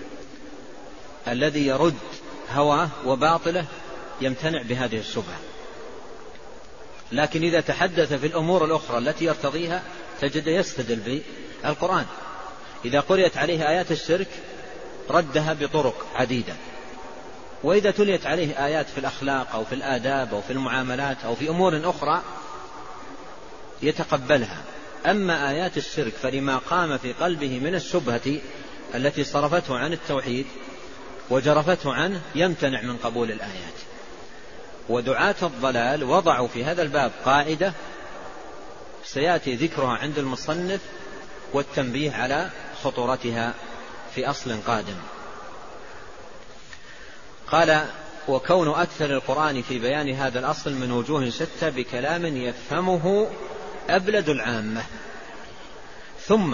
الذي يرد هواه وباطله يمتنع بهذه الشبهة. لكن إذا تحدث في الأمور الأخرى التي يرتضيها تجد يستدل بالقرآن. إذا قرأت عليه آيات الشرك ردها بطرق عديدة، وإذا تليت عليه آيات في الأخلاق أو في الآداب أو في المعاملات أو في أمور أخرى يتقبلها. أما آيات الشرك فلما قام في قلبه من الشبهة التي صرفته عن التوحيد وجرفته عنه يمتنع من قبول الآيات. ودعاة الضلال وضعوا في هذا الباب قاعدة سيأتي ذكرها عند المصنف والتنبيه على خطورتها في أصل قادم. قال: وكون أكثر القرآن في بيان هذا الأصل من وجوه شتى بكلام يفهمه أبلد العامة. ثم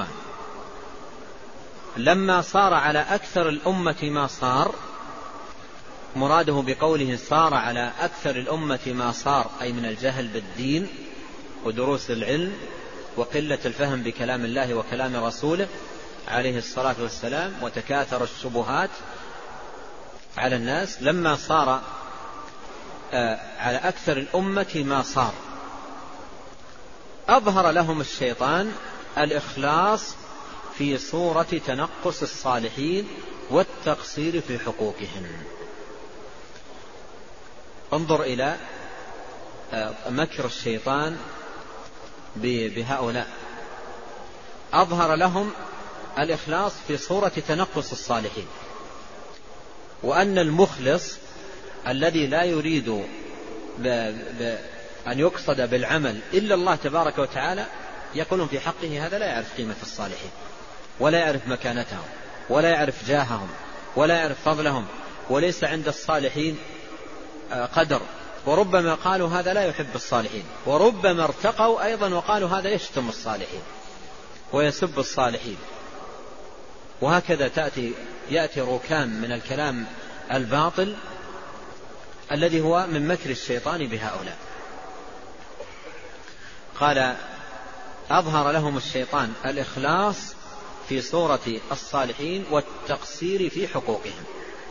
لما صار على أكثر الأمة ما صار، مراده بقوله صار على أكثر الأمة ما صار أي من الجهل بالدين ودروس العلم وقلة الفهم بكلام الله وكلام رسوله عليه الصلاة والسلام وتكاثر الشبهات على الناس. لما صار على أكثر الأمة ما صار، أظهر لهم الشيطان الإخلاص في صورة تنقص الصالحين والتقصير في حقوقهم. انظر إلى مكر الشيطان بهؤلاء. أظهر لهم الإخلاص في صورة تنقص الصالحين، وأن المخلص الذي لا يريد أن يقصد بالعمل إلا الله تبارك وتعالى يقولون في حقه هذا لا يعرف قيمة الصالحين ولا يعرف مكانتهم ولا يعرف جاههم ولا يعرف فضلهم، وليس عند الصالحين قدر. وربما قالوا هذا لا يحب الصالحين، وربما ارتقوا أيضا وقالوا هذا يشتم الصالحين ويسب الصالحين. وهكذا يأتي ركام من الكلام الباطل الذي هو من مكر الشيطان بهؤلاء. قال: أظهر لهم الشيطان الإخلاص في صورة الصالحين والتقصير في حقوقهم،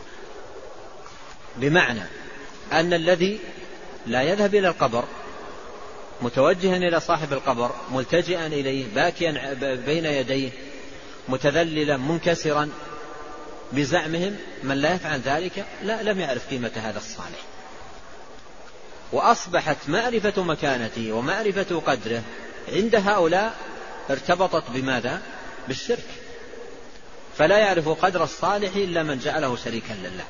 بمعنى أن الذي لا يذهب إلى القبر متوجها إلى صاحب القبر ملتجئا إليه باكيا بين يديه متذللا منكسرا بزعمهم، من لا يفعل ذلك لم يعرف قيمة هذا الصالح. وأصبحت معرفة مكانته ومعرفة قدره عند هؤلاء ارتبطت بماذا؟ بالشرك. فلا يعرف قدر الصالح إلا من جعله شريكا لله،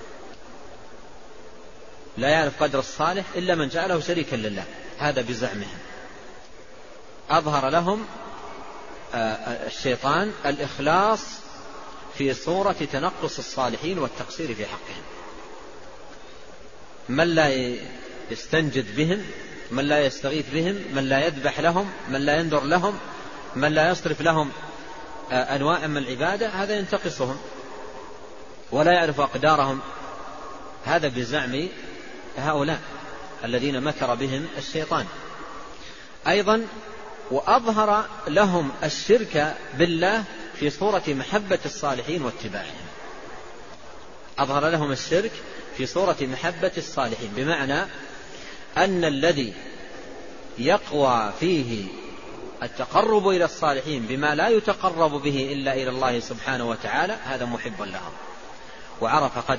لا يعرف قدر الصالح إلا من جعله شريكا لله، هذا بزعمهم. أظهر لهم الشيطان الإخلاص في صورة تنقص الصالحين والتقصير في حقهم. من لا يستنجد بهم من لا يستغيث بهم، من لا يذبح لهم، من لا ينذر لهم، من لا يصرف لهم أنواع من العبادة، هذا ينتقصهم ولا يعرف أقدارهم. هذا بزعم هؤلاء الذين مكر بهم الشيطان. أيضا وأظهر لهم الشرك بالله في صورة محبة الصالحين واتباعهم. أظهر لهم الشرك في صورة محبة الصالحين، بمعنى أن الذي يقوى فيه التقرب إلى الصالحين بما لا يتقرب به إلا إلى الله سبحانه وتعالى هذا محب لهم وعرف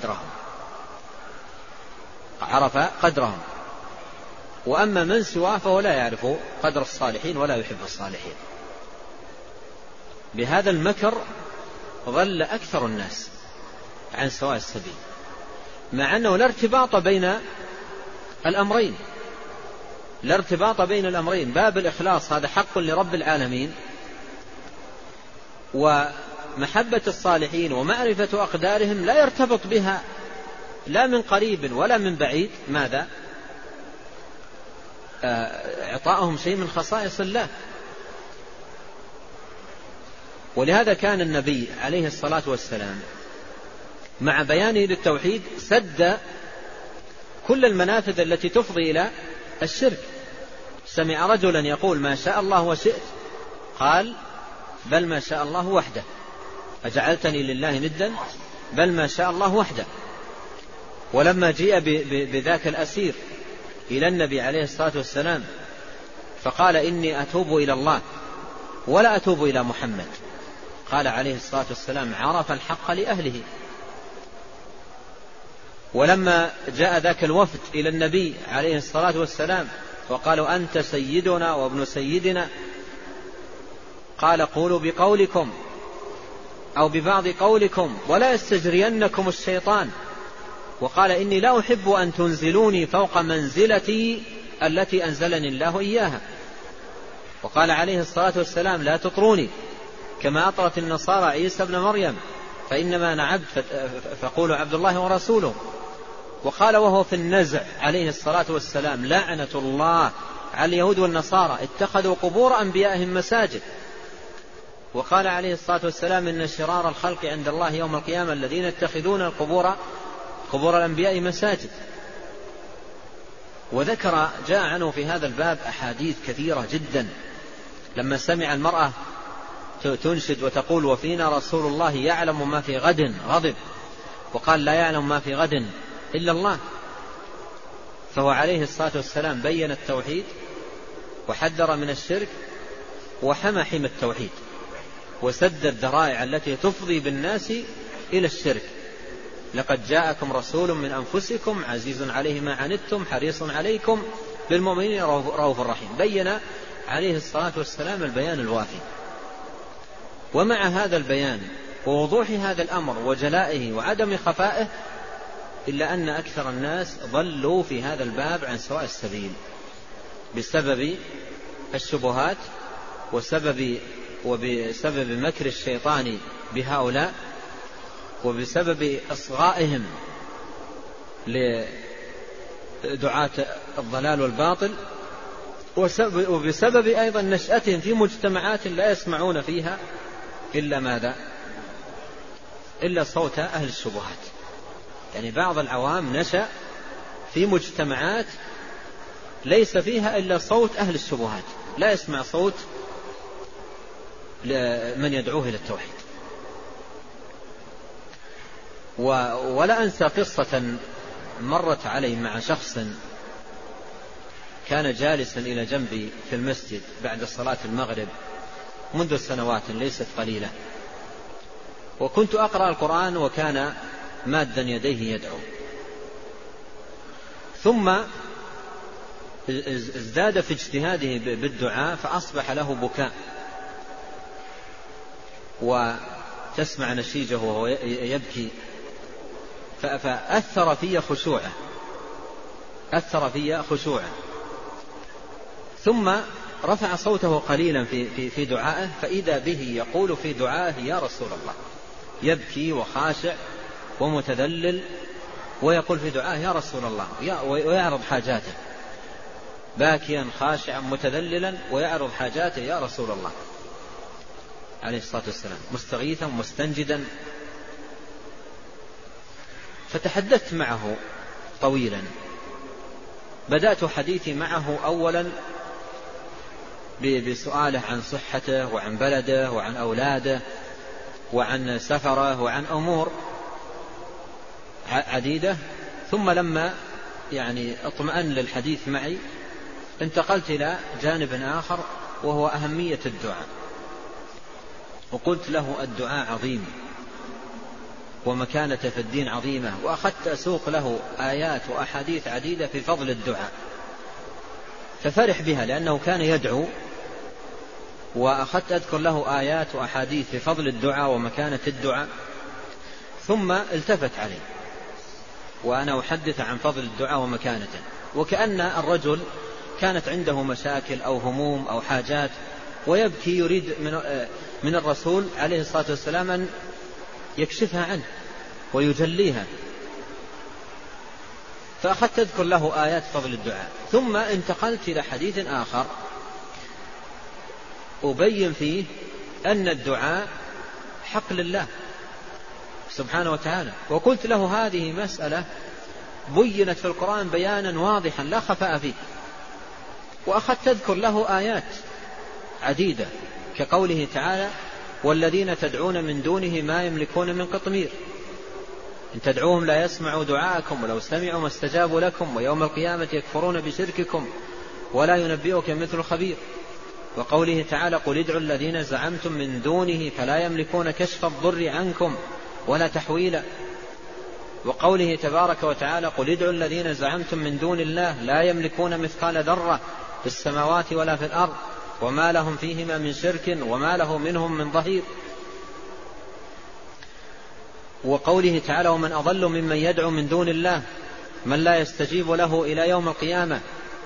قدرهم. وأما من سواه فهو لا يعرف قدر الصالحين ولا يحب الصالحين. بهذا المكر ضل أكثر الناس عن سواء السبيل، مع أنه لا ارتباط بين الأمرين. باب الإخلاص هذا حق لرب العالمين، ومحبة الصالحين ومعرفة أقدارهم لا يرتبط بها لا من قريب ولا من بعيد ماذا؟ إعطاءهم شيء من خصائص الله. ولهذا كان النبي عليه الصلاة والسلام مع بيانه للتوحيد سد كل المنافذ التي تفضي إلى الشرك. سمع رجلا يقول ما شاء الله وشئت، قال بل ما شاء الله وحده، أجعلتني لله ندا، بل ما شاء الله وحده. ولما جيء بذاك الأسير إلى النبي عليه الصلاة والسلام فقال إني أتوب إلى الله ولا أتوب إلى محمد، قال عليه الصلاة والسلام عرف الحق لأهله. ولما جاء ذاك الوفد إلى النبي عليه الصلاة والسلام وقالوا أنت سيدنا وابن سيدنا، قال قولوا بقولكم أو ببعض قولكم ولا يستجرينكم الشيطان، وقال إني لا أحب أن تنزلوني فوق منزلتي التي أنزلني الله إياها. وقال عليه الصلاة والسلام لا تطروني كما أطرت النصارى عيسى ابن مريم، فإنما أنا عبد فقولوا عبد الله ورسوله. وقال وهو في النزع عليه الصلاة والسلام لعنة الله على اليهود والنصارى اتخذوا قبور أنبيائهم مساجد. وقال عليه الصلاة والسلام إن شرار الخلق عند الله يوم القيامة الذين يتخذون قبور الأنبياء مساجد. وذكر جاء عنه في هذا الباب أحاديث كثيرة جدا. لما سمع المرأة تنشد وتقول وفينا رسول الله يعلم ما في غد غضب، وقال لا يعلم ما في غد إلا الله. فهو عليه الصلاة والسلام بين التوحيد وحذر من الشرك وحمى حمى التوحيد وسد الذرائع التي تفضي بالناس إلى الشرك. لقد جاءكم رسول من أنفسكم عزيز عليه ما عنتم حريص عليكم بالمؤمنين رؤوف رحيم. بين عليه الصلاة والسلام البيان الوافي. ومع هذا البيان ووضوح هذا الأمر وجلائه وعدم خفائه إلا أن أكثر الناس ضلوا في هذا الباب عن سواء السبيل بسبب الشبهات وبسبب مكر الشيطان بهؤلاء، وبسبب إصغائهم لدعاة الضلال والباطل، وبسبب أيضا نشأتهم في مجتمعات لا يسمعون فيها إلا ماذا؟ إلا صوت أهل الشبهات. يعني بعض العوام نشأ في مجتمعات ليس فيها إلا صوت أهل الشبهات، لا يسمع صوت من يدعوه إلى التوحيد. ولا أنسى قصة مرت علي مع شخص كان جالسا إلى جنبي في المسجد بعد صلاة المغرب منذ سنوات ليست قليلة، وكنت أقرأ القرآن وكان مادا يديه يدعو، ثم ازداد في اجتهاده بالدعاء فأصبح له بكاء، وتسمع نشيجه وهو يبكي، فأثر في خشوعه، ثم رفع صوته قليلا في دعائه، فإذا به يقول في دعائه يا رسول الله، يبكي وخاشع ومتذلل ويقول في دعائه يا رسول الله ويعرض حاجاته. باكيا خاشعا متذللا ويعرض حاجاته يا رسول الله عليه الصلاة والسلام مستغيثا مستنجدا. فتحدثت معه طويلا، بدأت حديثي معه أولا بسؤاله عن صحته وعن بلده وعن أولاده وعن سفره وعن أمور عديدة، ثم لما اطمأن للحديث معي انتقلت إلى جانب آخر وهو أهمية الدعاء، وقلت له الدعاء عظيم ومكانة في الدين عظيمة، وأخذت أسوق له آيات وأحاديث عديدة في فضل الدعاء، ففرح بها لأنه كان يدعو، وأخذت أذكر له آيات وأحاديث في فضل الدعاء ومكانة الدعاء، ثم التفت علي وأنا أحدث عن فضل الدعاء ومكانته، وكأن الرجل كانت عنده مشاكل أو هموم أو حاجات ويبكي يريد من الرسول عليه الصلاة والسلام أن يكشفها عنه ويجليها، فأخذت أذكر له آيات فضل الدعاء، ثم انتقلت إلى حديث آخر أبين فيه أن الدعاء حق لله سبحانه وتعالى، وقلت له هذه مسألة بينت في القرآن بيانا واضحا لا خفاء فيه، وأخذت أذكر له آيات عديدة كقوله تعالى والذين تدعون من دونه ما يملكون من قطمير إن تدعوهم لا يسمعوا دعاءكم ولو سمعوا ما استجابوا لكم ويوم القيامة يكفرون بشرككم ولا ينبئك مثل خبير، وقوله تعالى قل ادعوا الذين زعمتم من دونه فلا يملكون كشف الضر عنكم ولا تحويلا، وقوله تبارك وتعالى قل ادعوا الذين زعمتم من دون الله لا يملكون مثقال ذرة في السماوات ولا في الأرض وما لهم فيهما من شرك وما له منهم من ظهير، وقوله تعالى ومن أضل ممن يدعو من دون الله من لا يستجيب له إلى يوم القيامة،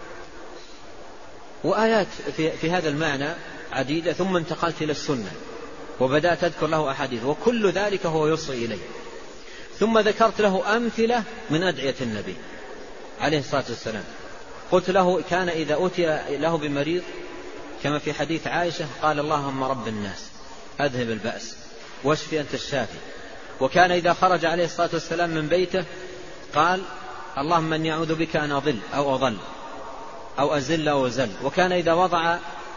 وآيات في هذا المعنى عديدة. ثم انتقلت إلى السنة وبدأت أذكر له أحاديث، وكل ذلك هو يصغي إليه، ثم ذكرت له أمثلة من أدعية النبي عليه الصلاة والسلام، قلت له كان إذا أتي له بمريض كما في حديث عائشة قال اللهم رب الناس أذهب البأس واشفي أنت الشافي، وكان إذا خرج عليه الصلاة والسلام من بيته قال اللهم أني أعوذ بك أن أضل أو أضل أو أزل أو أزل، وكان إذا وضع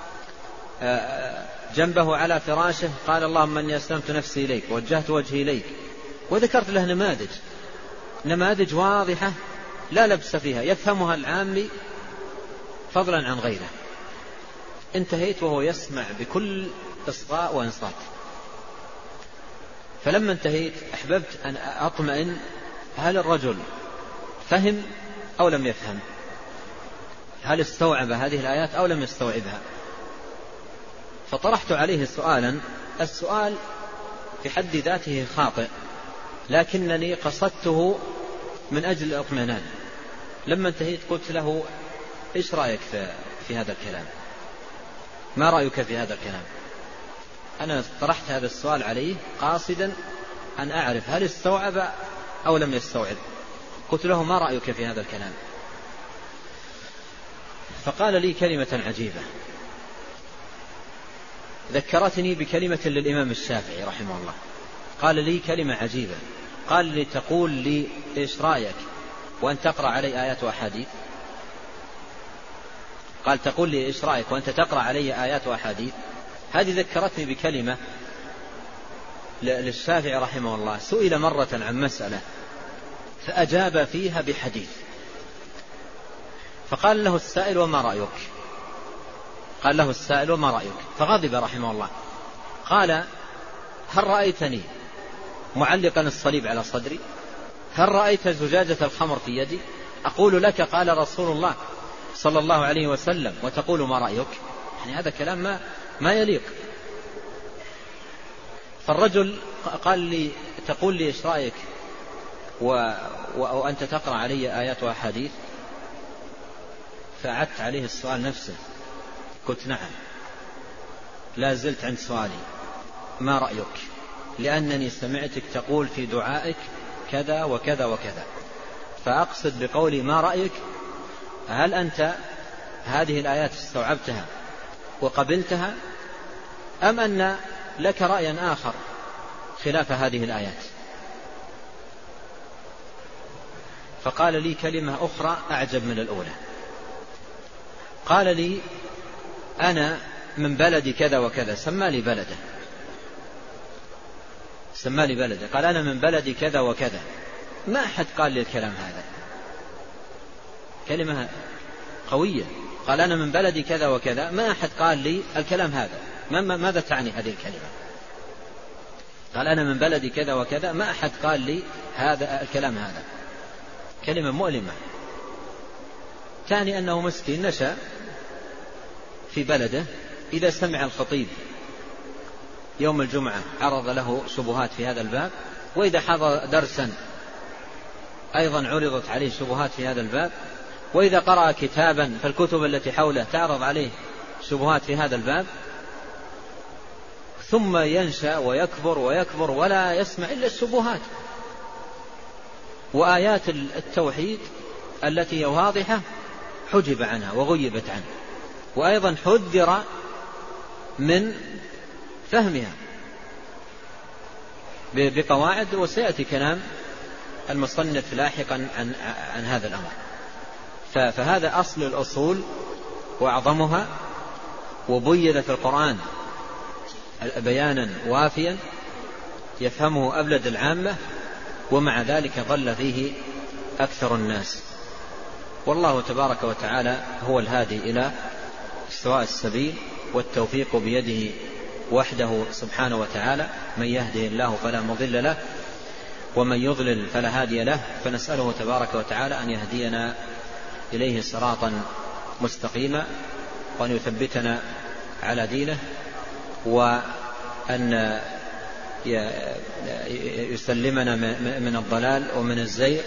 جنبه على فراشه قال اللهم أني أسلمت نفسي إليك ووجهت وجهي إليك، وذكرت له نماذج واضحة لا لبس فيها يفهمها العامي فضلا عن غيره. انتهيت وهو يسمع بكل إصغاء وإنصات، فلما انتهيت أحببت أن أطمئن هل الرجل فهم أو لم يفهم، هل استوعب هذه الآيات أو لم يستوعبها، فطرحت عليه سؤالا، السؤال في حد ذاته خاطئ لكنني قصدته من أجل الاطمئنان. لما انتهيت قلت له إيش رأيك في هذا الكلام، ما رأيك في هذا الكلام؟ أنا طرحت هذا السؤال عليه قاصدا أن أعرف هل استوعب أو لم يستوعب. قلت له ما رأيك في هذا الكلام؟ فقال لي كلمة عجيبة ذكرتني بكلمة للإمام الشافعي رحمه الله، قال لي كلمة عجيبة، قال لي تقول لي إيش رأيك وأن تقرأ علي آيات وأحاديث، قال تقول لي إيش رأيك وأنت تقرأ علي آيات وأحاديث. هذه ذكرتني بكلمة للشافعي رحمه الله، سئل مرة عن مسألة فأجاب فيها بحديث، فقال له السائل وما رأيك؟ قال له السائل وما رأيك؟ فغضب رحمه الله، قال هل رأيتني معلقا الصليب على صدري؟ هل رأيت زجاجة الخمر في يدي أقول لك قال رسول الله صلى الله عليه وسلم وتقول ما رأيك؟ يعني هذا كلام ما يليق. فالرجل قال لي تقول لي إيش رأيك وأنت تقرأ علي آيات وأحاديث؟ فأعدت عليه السؤال نفسه، قلت نعم لا زلت عند سؤالي ما رأيك، لأنني سمعتك تقول في دعائك كذا وكذا وكذا، فأقصد بقولي ما رأيك هل أنت هذه الآيات استوعبتها وقبلتها، أم أن لك رأيا آخر خلاف هذه الآيات؟ فقال لي كلمة أخرى أعجب من الأولى. قال لي أنا من بلد كذا وكذا، سمى لي بلده، قال أنا من بلد كذا وكذا. ما أحد قال لي الكلام هذا، كلمة قوية. قال أنا من بلد كذا وكذا، ما أحد قال لي الكلام هذا. ماذا تعني هذه الكلمة؟ قال أنا من بلد كذا وكذا، ما أحد قال لي هذا الكلام هذا. كلمة مؤلمة. تعني أنه مسكين نشأ في بلده، إذا سمع الخطيب يوم الجمعة عرض له شبهات في هذا الباب، وإذا حضر درسا أيضا عرضت عليه شبهات في هذا الباب، وإذا قرأ كتابا فالكتب التي حوله تعرض عليه شبهات في هذا الباب، ثم ينشأ ويكبر ولا يسمع إلا الشبهات. وآيات التوحيد التي هي واضحة حجب عنها وغيبت عنه، وأيضا حذر من فهمها بقواعد، وسيأتي كلام المصنف لاحقا عن هذا الأمر. فهذا أصل الأصول وأعظمها، وبين في القرآن بيانا وافيا يفهمه أبلد العامة، ومع ذلك ضل فيه أكثر الناس. والله تبارك وتعالى هو الهادي إلى سواء السبيل، والتوفيق بيده وحده سبحانه وتعالى. من يهده الله فلا مضل له، ومن يضلل فلا هادي له. فنسأله تبارك وتعالى أن يهدينا إليه صراطا مستقيما، وأن يثبتنا على دينه، وأن يسلمنا من الضلال ومن الزيغ،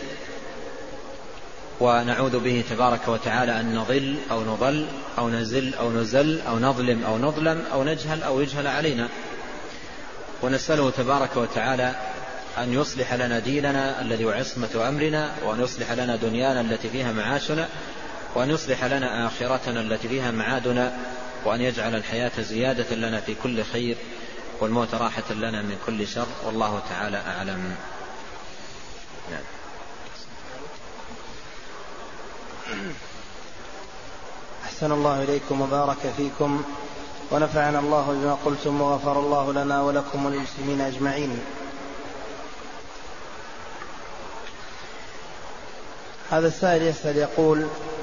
ونعوذ به تبارك وتعالى أن نضل أو نضل أو نزل أو نزل أو نظلم أو نظلم أو نجهل أو يجهل علينا. ونسأله تبارك وتعالى أن يصلح لنا ديننا الذي هو عصمة أمرنا، وأن يصلح لنا دنيانا التي فيها معاشنا، وأن يصلح لنا آخرتنا التي فيها معادنا، وأن يجعل الحياة زيادة لنا في كل خير، والموت راحة لنا من كل شر. والله تعالى أعلم. أحسن الله إليكم وبارك فيكم، ونفعنا الله بما قلتم، وغفر الله لنا ولكم وللمسلمين أجمعين. هذا السائل يسأل يقول: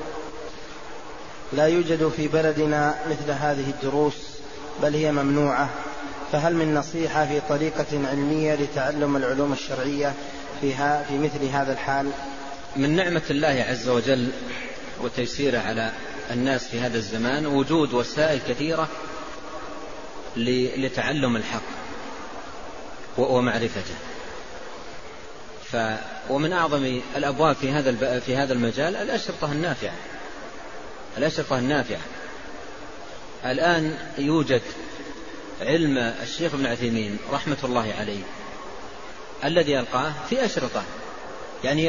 لا يوجد في بلدنا مثل هذه الدروس، بل هي ممنوعة، فهل من نصيحة في طريقة علمية لتعلم العلوم الشرعية في مثل هذا الحال؟ من نعمة الله عز وجل وتيسيره على الناس في هذا الزمان وجود وسائل كثيرة لتعلم الحق ومعرفته. ومن أعظم الأبواب في هذا المجال الأشرطة النافعة. الآن يوجد علم الشيخ ابن عثيمين رحمة الله عليه الذي يلقاه في أشرطة، يعني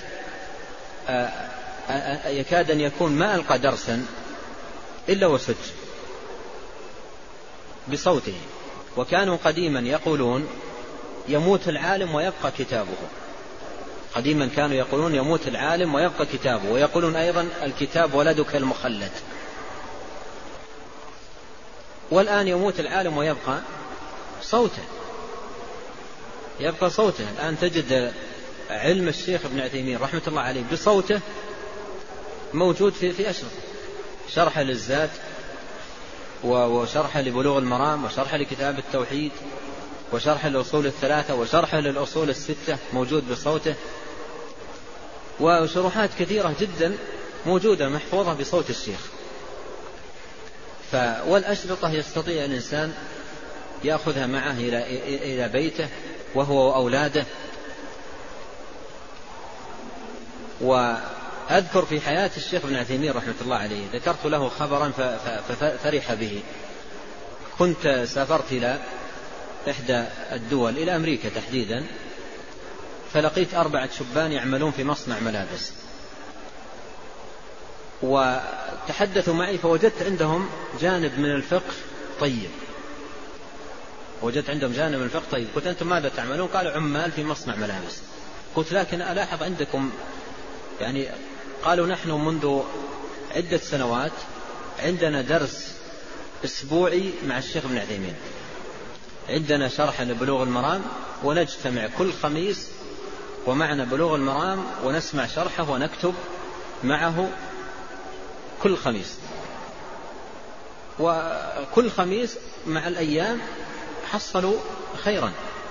يكاد أن يكون ما ألقى درسا إلا وسجل بصوته. وكانوا قديما يقولون يموت العالم ويبقى كتابه. قديما كانوا يقولون يموت العالم ويبقى كتابه، ويقولون أيضا الكتاب ولدك المخلد. والآن يموت العالم ويبقى صوته. الآن تجد علم الشيخ ابن عثيمين رحمة الله عليه بصوته موجود في أشرطة، شرح للزاد، وشرح لبلوغ المرام، وشرح لكتاب التوحيد، وشرح للأصول الثلاثة، وشرح للأصول الستة موجود بصوته، وشروحات كثيرة جدا موجودة محفوظة بصوت الشيخ. والأشرطة يستطيع الإنسان يأخذها معه إلى بيته وهو وأولاده. وأذكر في حياة الشيخ ابن عثيمين رحمة الله عليه ذكرت له خبرا ففرح به. كنت سافرت إلى إحدى الدول، إلى أمريكا تحديدا، فلقيت 4 شبان يعملون في مصنع ملابس، وتحدثوا معي فوجدت عندهم جانب من الفقه طيب، قلت أنتم ماذا تعملون؟ قالوا عمال في مصنع ملابس. قلت لكن ألاحظ عندكم يعني، قالوا نحن منذ عدة سنوات عندنا درس أسبوعي مع الشيخ ابن عثيمين، عندنا شرح لبلوغ المرام ونجتمع كل خميس ومعنا بلوغ المرام ونسمع شرحه ونكتب معه كل خميس، وكل خميس مع الأيام حصلوا خيرا.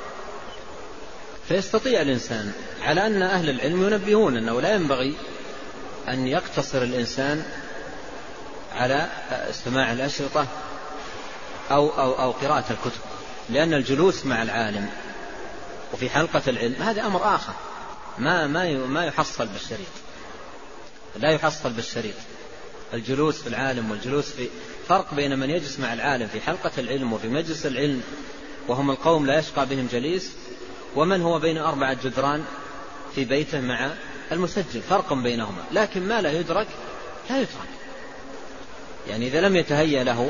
فيستطيع الإنسان، على أن أهل العلم ينبهون أنه لا ينبغي أن يقتصر الإنسان على استماع الأشرطة أو قراءة الكتب، لأن الجلوس مع العالم وفي حلقة العلم هذا أمر آخر ما يحصل بالشريط، لا يحصل بالشريط. الجلوس في العالم والجلوس في فرق بين من يجلس مع العالم في حلقة العلم وفي مجلس العلم وهم القوم لا يشقى بهم جليس، ومن هو بين 4 جدران في بيته مع المسجل، فرق بينهما. لكن ما لا يدرك لا يترك، يعني إذا لم يتهيأ له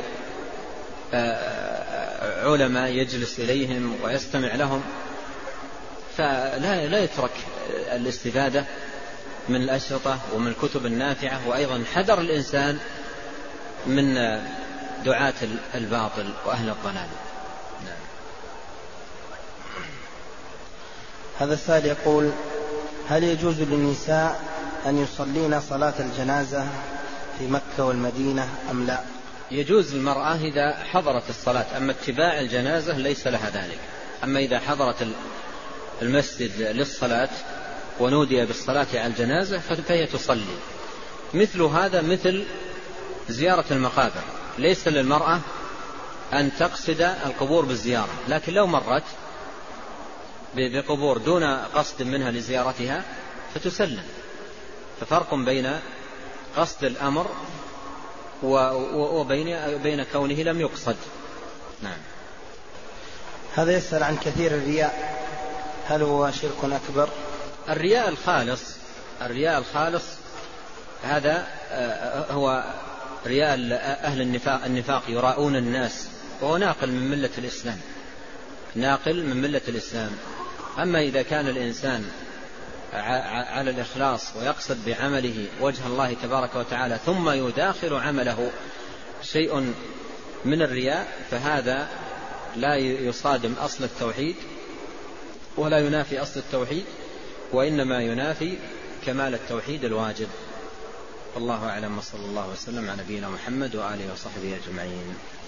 علماء يجلس إليهم ويستمع لهم فلا يترك الاستفادة من الأشرطة ومن الكتب النافعة. وأيضا حذر الإنسان من دعاة الباطل وأهل الضلال. نعم. هذا السائل يقول: هل يجوز للنساء أن يصلين صلاة الجنازة في مكة والمدينة أم لا؟ يجوز للمرأة إذا حضرت الصلاة، أما اتباع الجنازة ليس لها ذلك. أما إذا حضرت المسجد للصلاة ونودي بالصلاة على الجنازة فهي تصلي. مثل هذا مثل زيارة المقابر، ليس للمرأة أن تقصد القبور بالزيارة، لكن لو مرت بقبور دون قصد منها لزيارتها فتسلم. ففرق بين قصد الأمر وبين كونه لم يقصد. نعم. هذا يسأل عن كثير الرياء، هل هو شرك أكبر؟ الرياء الخالص هذا هو رياء أهل النفاق يراؤون الناس، وهو ناقل من ملة الإسلام. أما إذا كان الإنسان على الإخلاص ويقصد بعمله وجه الله تبارك وتعالى ثم يداخل عمله شيء من الرياء فهذا لا يصادم أصل التوحيد ولا ينافي أصل التوحيد، وإنما ينافي كمال التوحيد الواجب. والله أعلم، وصلى الله وسلم على نبينا محمد وآله وصحبه أجمعين.